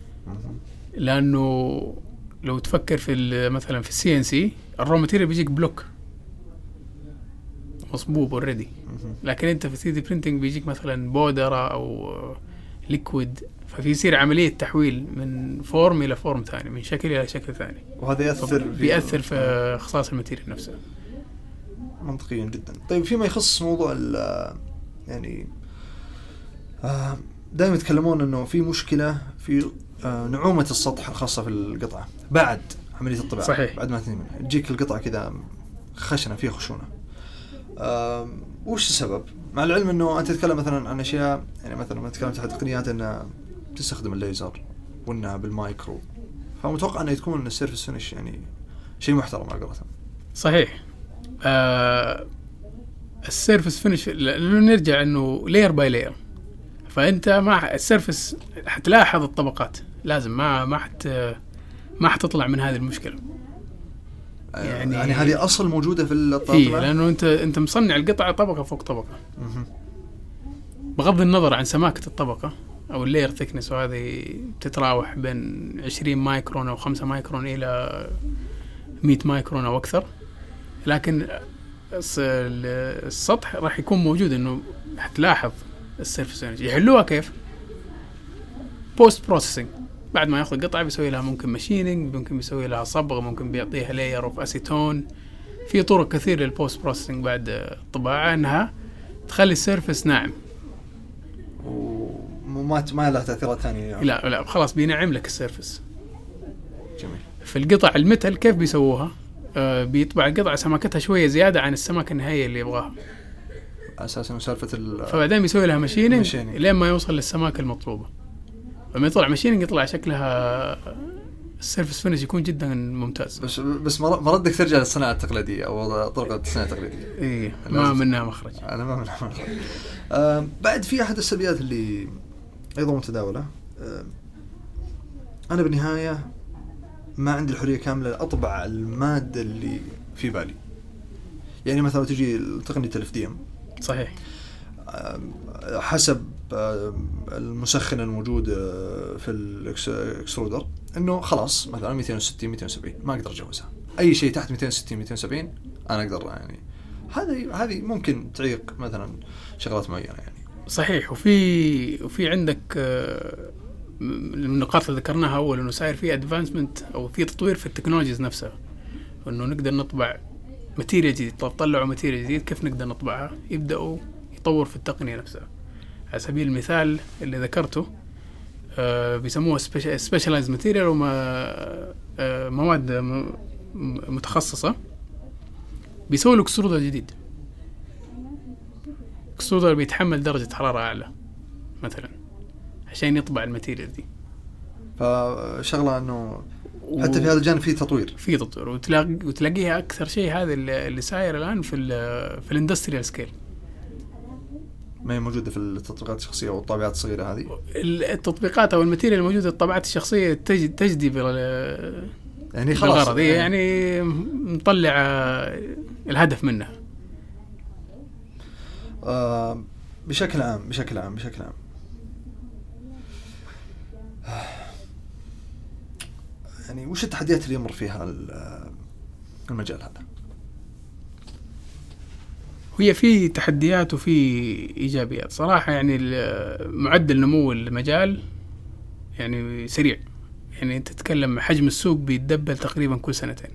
لأنه لو تفكر في مثلا في السي ان سي الرو ماتيريال بيجيك بلوك مصبوب اوريدي، لكن انت في ثري دي برينتينج بيجيك مثلا بودرة او ليكويد، ففي يصير عملية تحويل من فورم الى فورم ثاني، من شكل الى شكل ثاني، وهذا يأثر بيأثر في خصائص الماتيريال نفسها. منطقيا جدا. طيب فيما يخص موضوع يعني دائما يتكلمون انه في مشكلة في نعومة السطح الخاصة في القطعة بعد عملية الطباعة. صحيح. بعد ما تنهي منها تجيك القطعة كذا خشنة فيها خشونة. وش السبب؟ مع العلم انه انت تتكلم مثلا عن اشياء، يعني مثلا ما تتكلم عن تقنيات انها تستخدم الليزر وانها بالمايكرو، فمتوقع انه تكون السيرفس فينش يعني شيء محترم على قولتهم. صحيح. آه السيرفس فينش لانه نرجع انه لاير باي لاير، فانت مع السيرفس حتلاحظ الطبقات، لازم ما ما حت ما حتطلع من هذه المشكله. يعني, يعني هذه اصل موجوده في الطبقه، إيه لانه انت انت مصنع القطعه طبقه فوق طبقه، بغض النظر عن سماكه الطبقه او اللير ثيكنس، وهذه تتراوح بين عشرين مايكرون او خمسة مايكرون الى مية مايكرون او اكثر، لكن السطح راح يكون موجود. انه حتلاحظ السيرفس فينش يحلوها كيف؟ بوست بروسيسنج، بعد ما ياخذ قطعه بيسوي لها ممكن ماشينينج، ممكن بيسوي لها صبغه، ممكن بيعطيها لاير اوف اسيتون. في طرق كثير للبوست بروسيسنج بعد الطباعه انها تخلي السيرفس ناعم وما ما له تاثيرات ثانيه يعني. لا لا خلاص بينعم لك السيرفس. جميل. في القطع الميتال كيف بيسووها؟ آه بيطبع القطعه سماكتها شويه زياده عن السماكه النهائيه اللي يبغاها اساسا سالفه ال فبعدين بيسوي لها ماشينينج لين ما يوصل للسماكه المطلوبه. لما يطلع ماشينينج يطلع شكلها السيرفس فينش يكون جدا ممتاز. بس بس ما ردك ترجع للصناعه التقليديه او طريقه الصناعه التقليديه. ايه ما منها مخرج. انا ما منها مخرج. آه بعد في احد السلبيات اللي ايضا متداوله، آه انا بالنهايه ما عندي الحريه كامله اطبع الماده اللي في بالي. يعني مثلا تجي تقنيه الاف دي ام، صحيح، حسب المسخن الموجود في الاكسترودر انه خلاص مثلا مئتين وستين مئتين وسبعين ما اقدر اجوزها. اي شيء تحت مئتين وستين مئتين وسبعين انا اقدر، يعني هذه هذه ممكن تعيق مثلا شغلات معينه يعني. صحيح. وفي وفي عندك من النقاط اللي ذكرناها اول انه صاير في ادفانسمنت او في تطوير في التكنولوجيز نفسها، انه نقدر نطبع ماتيريال جديد. طب طلعوا ماتيريال جديد كيف نقدر نطبعها؟ يبداوا يطور في التقنيه نفسها. على سبيل المثال اللي ذكرته آه بيسموها سبيشالايز ماتيريال، وما آه مواد م- متخصصه. بيسووا له اكسترودر جديد، اكسترودر بيتحمل درجه حراره اعلى مثلا عشان يطبع الماتيريال دي. فشغله انه حتى في هذا الجانب في تطوير في تطوير وتلاقي وتلاقيها اكثر شيء هذا اللي ساير الان في ال في الاندستريال سكيل، ما هي موجوده في التطبيقات الشخصيه والطابعات الصغيره هذه. التطبيقات او الماتيريال الموجوده في الطابعات الشخصيه تجد تجدي يعني خلاص يعني, يعني نطلع الهدف منها. آه بشكل عام بشكل عام بشكل عام يعني وش التحديات اللي يمر فيها المجال هذا؟ هي في تحديات وفي إيجابيات صراحة. يعني معدل نمو المجال يعني سريع، يعني أنت تتكلم حجم السوق بيتدبل تقريبا كل سنتين.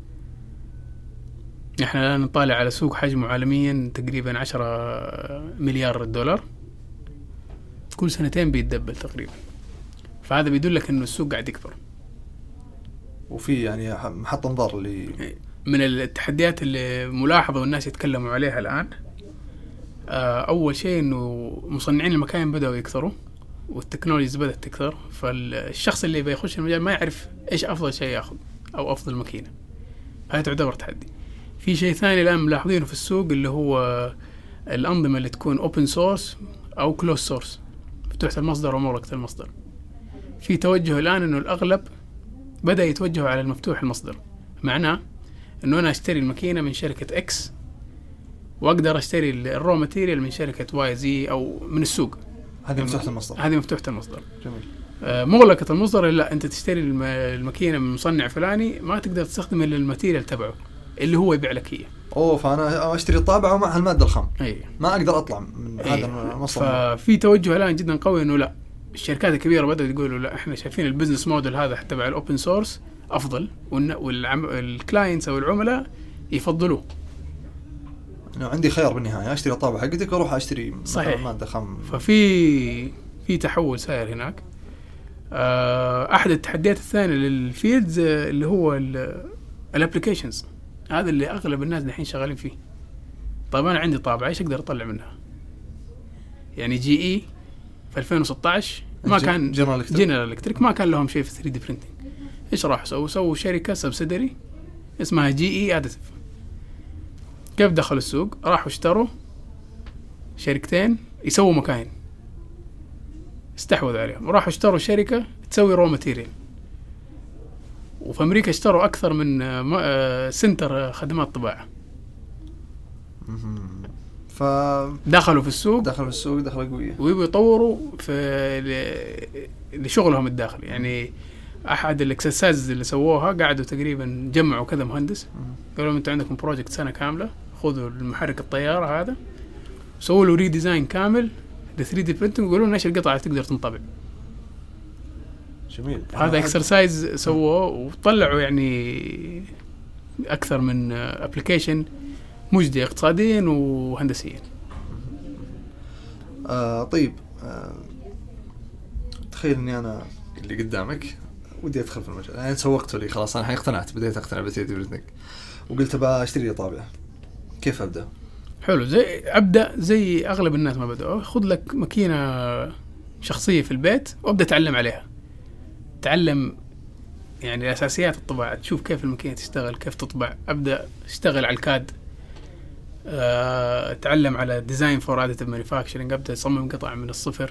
إحنا الآن نطالع على سوق حجمه عالميا تقريبا عشرة مليار دولار، كل سنتين بيتدبل تقريبا. فهذا بيدلك إنه السوق قاعد يكبر. وفي يعني محط انظار اللي من التحديات اللي ملاحظة والناس يتكلموا عليها الآن. أول شيء إنه مصنعين المكاين بدأوا يكثروا والتكنولوجيا بدأت تكثر، فالشخص اللي بيخش المجال ما يعرف إيش أفضل شيء يأخذ أو أفضل ماكينة. هذا تعتبر تحدي. في شيء ثاني الآن ملاحظينه في السوق اللي هو الأنظمة اللي تكون open source أو closed source، مفتوحة المصدر ومغلقة المصدر. في توجه الآن إنه الأغلب بدأ يتوجهوا على المفتوح المصدر، معناه إنه أنا أشتري الماكينة من شركة إكس وأقدر أشتري الرو ماتيريال من شركة واي زي أو من السوق. هذه مفتوحة المصدر. هذه مفتوحة المصدر. جميل. آه مغلقة المصدر لا، أنت تشتري الماكينة من مصنع فلاني ما تقدر تستخدم إلا الماتيريال تبعه اللي هو يبيع لك هي. أوه، فأنا أشتري الطابعة ومعها المادة الخام. أي. ما أقدر أطلع من أي. هذا المصدر. ففي توجه الآن جدا قوي إنه لا، الشركات الكبيرة بدأوا يقولوا لا، إحنا شايفين البزنس موديل هذا تبع الأوبن سورس أفضل، والكلاينتس أو العملاء يفضلوه. إنه عندي خيار بالنهاية، أشتري الطابعة حقتك وأروح أشتري صحيح. مادة خام. ففي في تحول سائر هناك. أحد التحديات الثانية للفيلدز اللي هو الابليكيشنز، هذا اللي أغلب الناس الحين شغالين فيه. طيب أنا عندي طابعة إيش أقدر أطلع منها؟ يعني جي إي في ألفين وستة عشر ما كان جنرال إلكتريك ما كان لهم شيء في ثري دي برينتينج. إيش راح سووا؟ سووا شركة سبسيدري اسمها جي إي أديتيف. كيف دخلوا السوق؟ راحوا اشتروا شركتين يسووا مكاين، استحوذوا عليهم، وراحوا اشتروا شركة تسوي رو ماتيريال. وفي أمريكا اشتروا أكثر من سنتر خدمات طباعة. فدخلوا في السوق دخلوا في السوق دخلوا قوية، ويبوا يطوروا في لشغلهم الداخلي. يعني أحد الإكسسايز اللي سووها قعدوا تقريبا جمعوا كذا مهندس، قالوا لهم أنتوا عندكم بروجكت سنة كاملة، خذوا المحرك الطيارة هذا سووا له ريديزاين كامل ل ثري دي برينتنج، وقالوا لنا إيش القطعة تقدر تنطبع. جميل. هذا إكسرسايز سووه وطلعوا يعني أكثر من أبليكيشن مجدي اقتصاديا وهندسيا. آه طيب، آه تخيل إني أنا اللي قدامك ودي أدخل في المجال، يعني سوقته لي خلاص، أنا اقتنعت، بديت أقتنع بثري دي برينتنج وقلت بقى أشتري لي طابعة، كيف أبدأ؟ حلو. زي أبدأ زي أغلب الناس ما بدأوا، خذ لك ماكينة شخصية في البيت وأبدأ أتعلم عليها. تعلم يعني أساسيات الطباعة، تشوف كيف الماكينة تشتغل، كيف تطبع. أبدأ أشتغل على الكاد، أتعلم على ديزاين فور أديتيف مانيفاكتشرنج، أبدأ أصمم قطع من الصفر.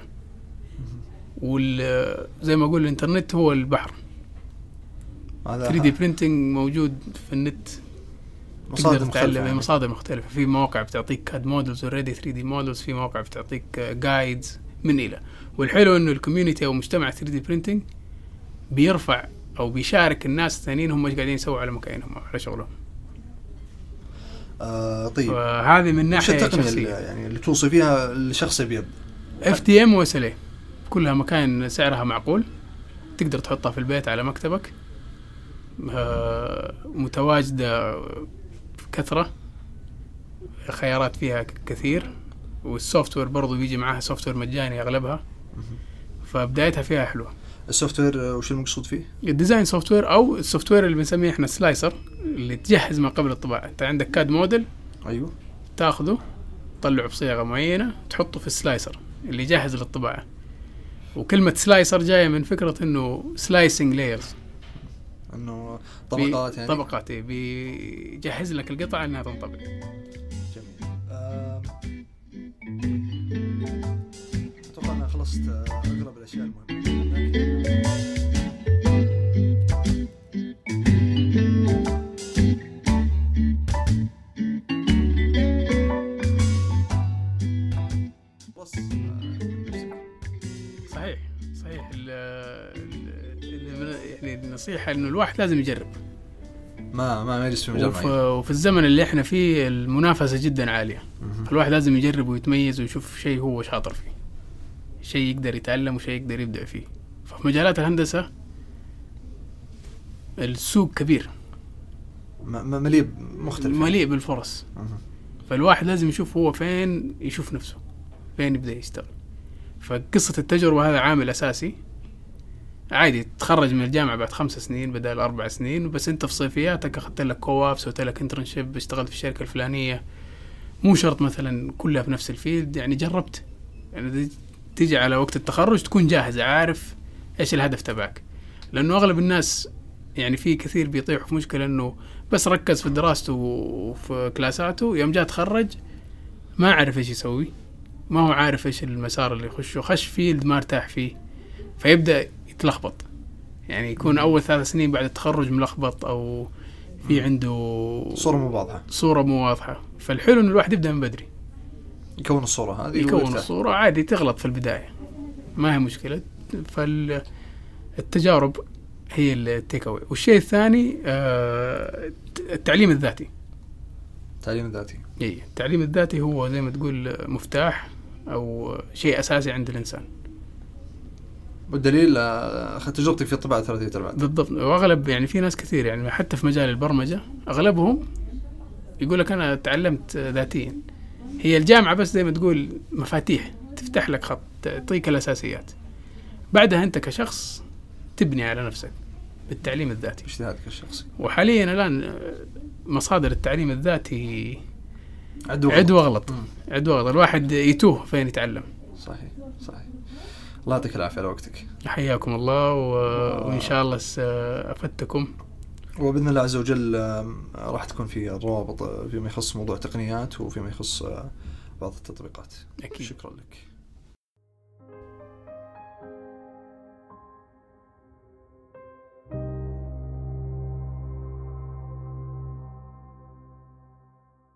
وزي ما أقول الإنترنت هو البحر، ثري دي برينتينج موجود في النت، تقدر تتعلم يعني. مصادر مختلفة، في مواقع بتعطيك كاد مودلز اوريدي ثري دي مودلز، في مواقع بتعطيك جايدز من إلى. والحلو إنه الكوميونتي أو مجتمع ثري دي برينتينج بيرفع أو بيشارك الناس الثانيين هم ايش قاعدين يسووا على مكاينهم أو على شغلهم. آه طيب، هذه من ناحية شخصية يعني اللي توصي فيها الشخص بيد اف تي ام واس ال اي، كلها مكان سعرها معقول، تقدر تحطها في البيت على مكتبك، آه متواجدة كثرة، خيارات فيها كثير، والسوفت وير برضو بيجي معها سوفت وير مجاني أغلبها، فبدايتها فيها حلوة. السوفت وير وش المقصود فيه؟ الديزاين سوفت وير أو السوفت وير اللي بنسميه إحنا سلايسر، اللي تجهز ما قبل الطباعة. أنت عندك كاد موديل، أيوه، تأخذه تطلعه بصيغة معينة تحطه في السلايسر اللي جاهز للطباعة. وكلمة سلايسر جاية من فكرة إنه سلايسنج لايرز، إنه طبقات يعني طبقات بيجهز لك القطعة إنها تنطبق. جميل. أه... أتوقع أنا خلصت أغلب الأشياء المهمة. صحيح صحيح. ال ال يعني النصيحة إنه الواحد لازم يجرب، ما ما يجلس في مجال وفي, وفي الزمن اللي إحنا فيه المنافسة جدا عالية، فالواحد لازم يجرب ويتميز ويشوف شيء هو شاطر فيه، شيء يقدر يتعلم وشيء يقدر يبدأ فيه. ففي مجالات الهندسة السوق كبير، مليء مختلف، مليء بالفرص. فالواحد لازم يشوف هو فين يشوف نفسه، فين يبدأ يشتغل. فقصة التجربة هذا عامل أساسي. عادي تتخرج من الجامعة بعد خمس سنين بدل أربع سنين، بس أنت في صيفياتك أخذت لك كواب، سويت لك انترنشيب، اشتغلت في الشركة الفلانية. مو شرط مثلا كلها في نفس الفيلد، يعني جربت، يعني تيجي على وقت التخرج تكون جاهز، عارف إيش الهدف تبعك. لأنه أغلب الناس يعني في كثير بيطيحوا في مشكلة إنه بس ركز في دراسته وفي كلاساته، يوم جاء تخرج ما عارف إيش يسوي، ما هو عارف إيش المسار اللي يخشه، خش فيلد ما ارتاح فيه، فيبدأ يتلخبط. يعني يكون أول ثلاث سنين بعد التخرج ملخبط، أو في عنده صورة مو واضحة صورة مو واضحة. فالحلو إن الواحد يبدأ من بدري يكون الصورة هذه، يكون الصورة. عادي تغلط في البداية ما هي مشكلة، فالتجارب هي التيك أواي. والشيء الثاني التعليم الذاتي. التعليم الذاتي إيه، التعليم الذاتي هو زي ما تقول مفتاح أو شيء أساسي عند الإنسان. والدليل أخذت تجربتي في الطباعة ثلاثية الأبعاد. بالضبط. وأغلب يعني في ناس كثير يعني حتى في مجال البرمجة أغلبهم يقول لك أنا تعلمت ذاتيا. هي الجامعة بس زي ما تقول مفاتيح، تفتح لك خط، تعطيك الأساسيات. بعدها أنت كشخص تبني على نفسك بالتعليم الذاتي، اجتهادك الشخصي. وحاليا الآن مصادر التعليم الذاتي عد وغلط، عد وغلط. عد وغلط، الواحد يتوه فين يتعلم. صحيح صحيح. الله يعطيك العافية على وقتك. حياكم الله و... وإن شاء الله أفدتكم، وبإذن الله عز وجل راح تكون في الروابط فيما يخص موضوع التقنيات وفيما يخص بعض التطبيقات. أكيد. شكرا لك.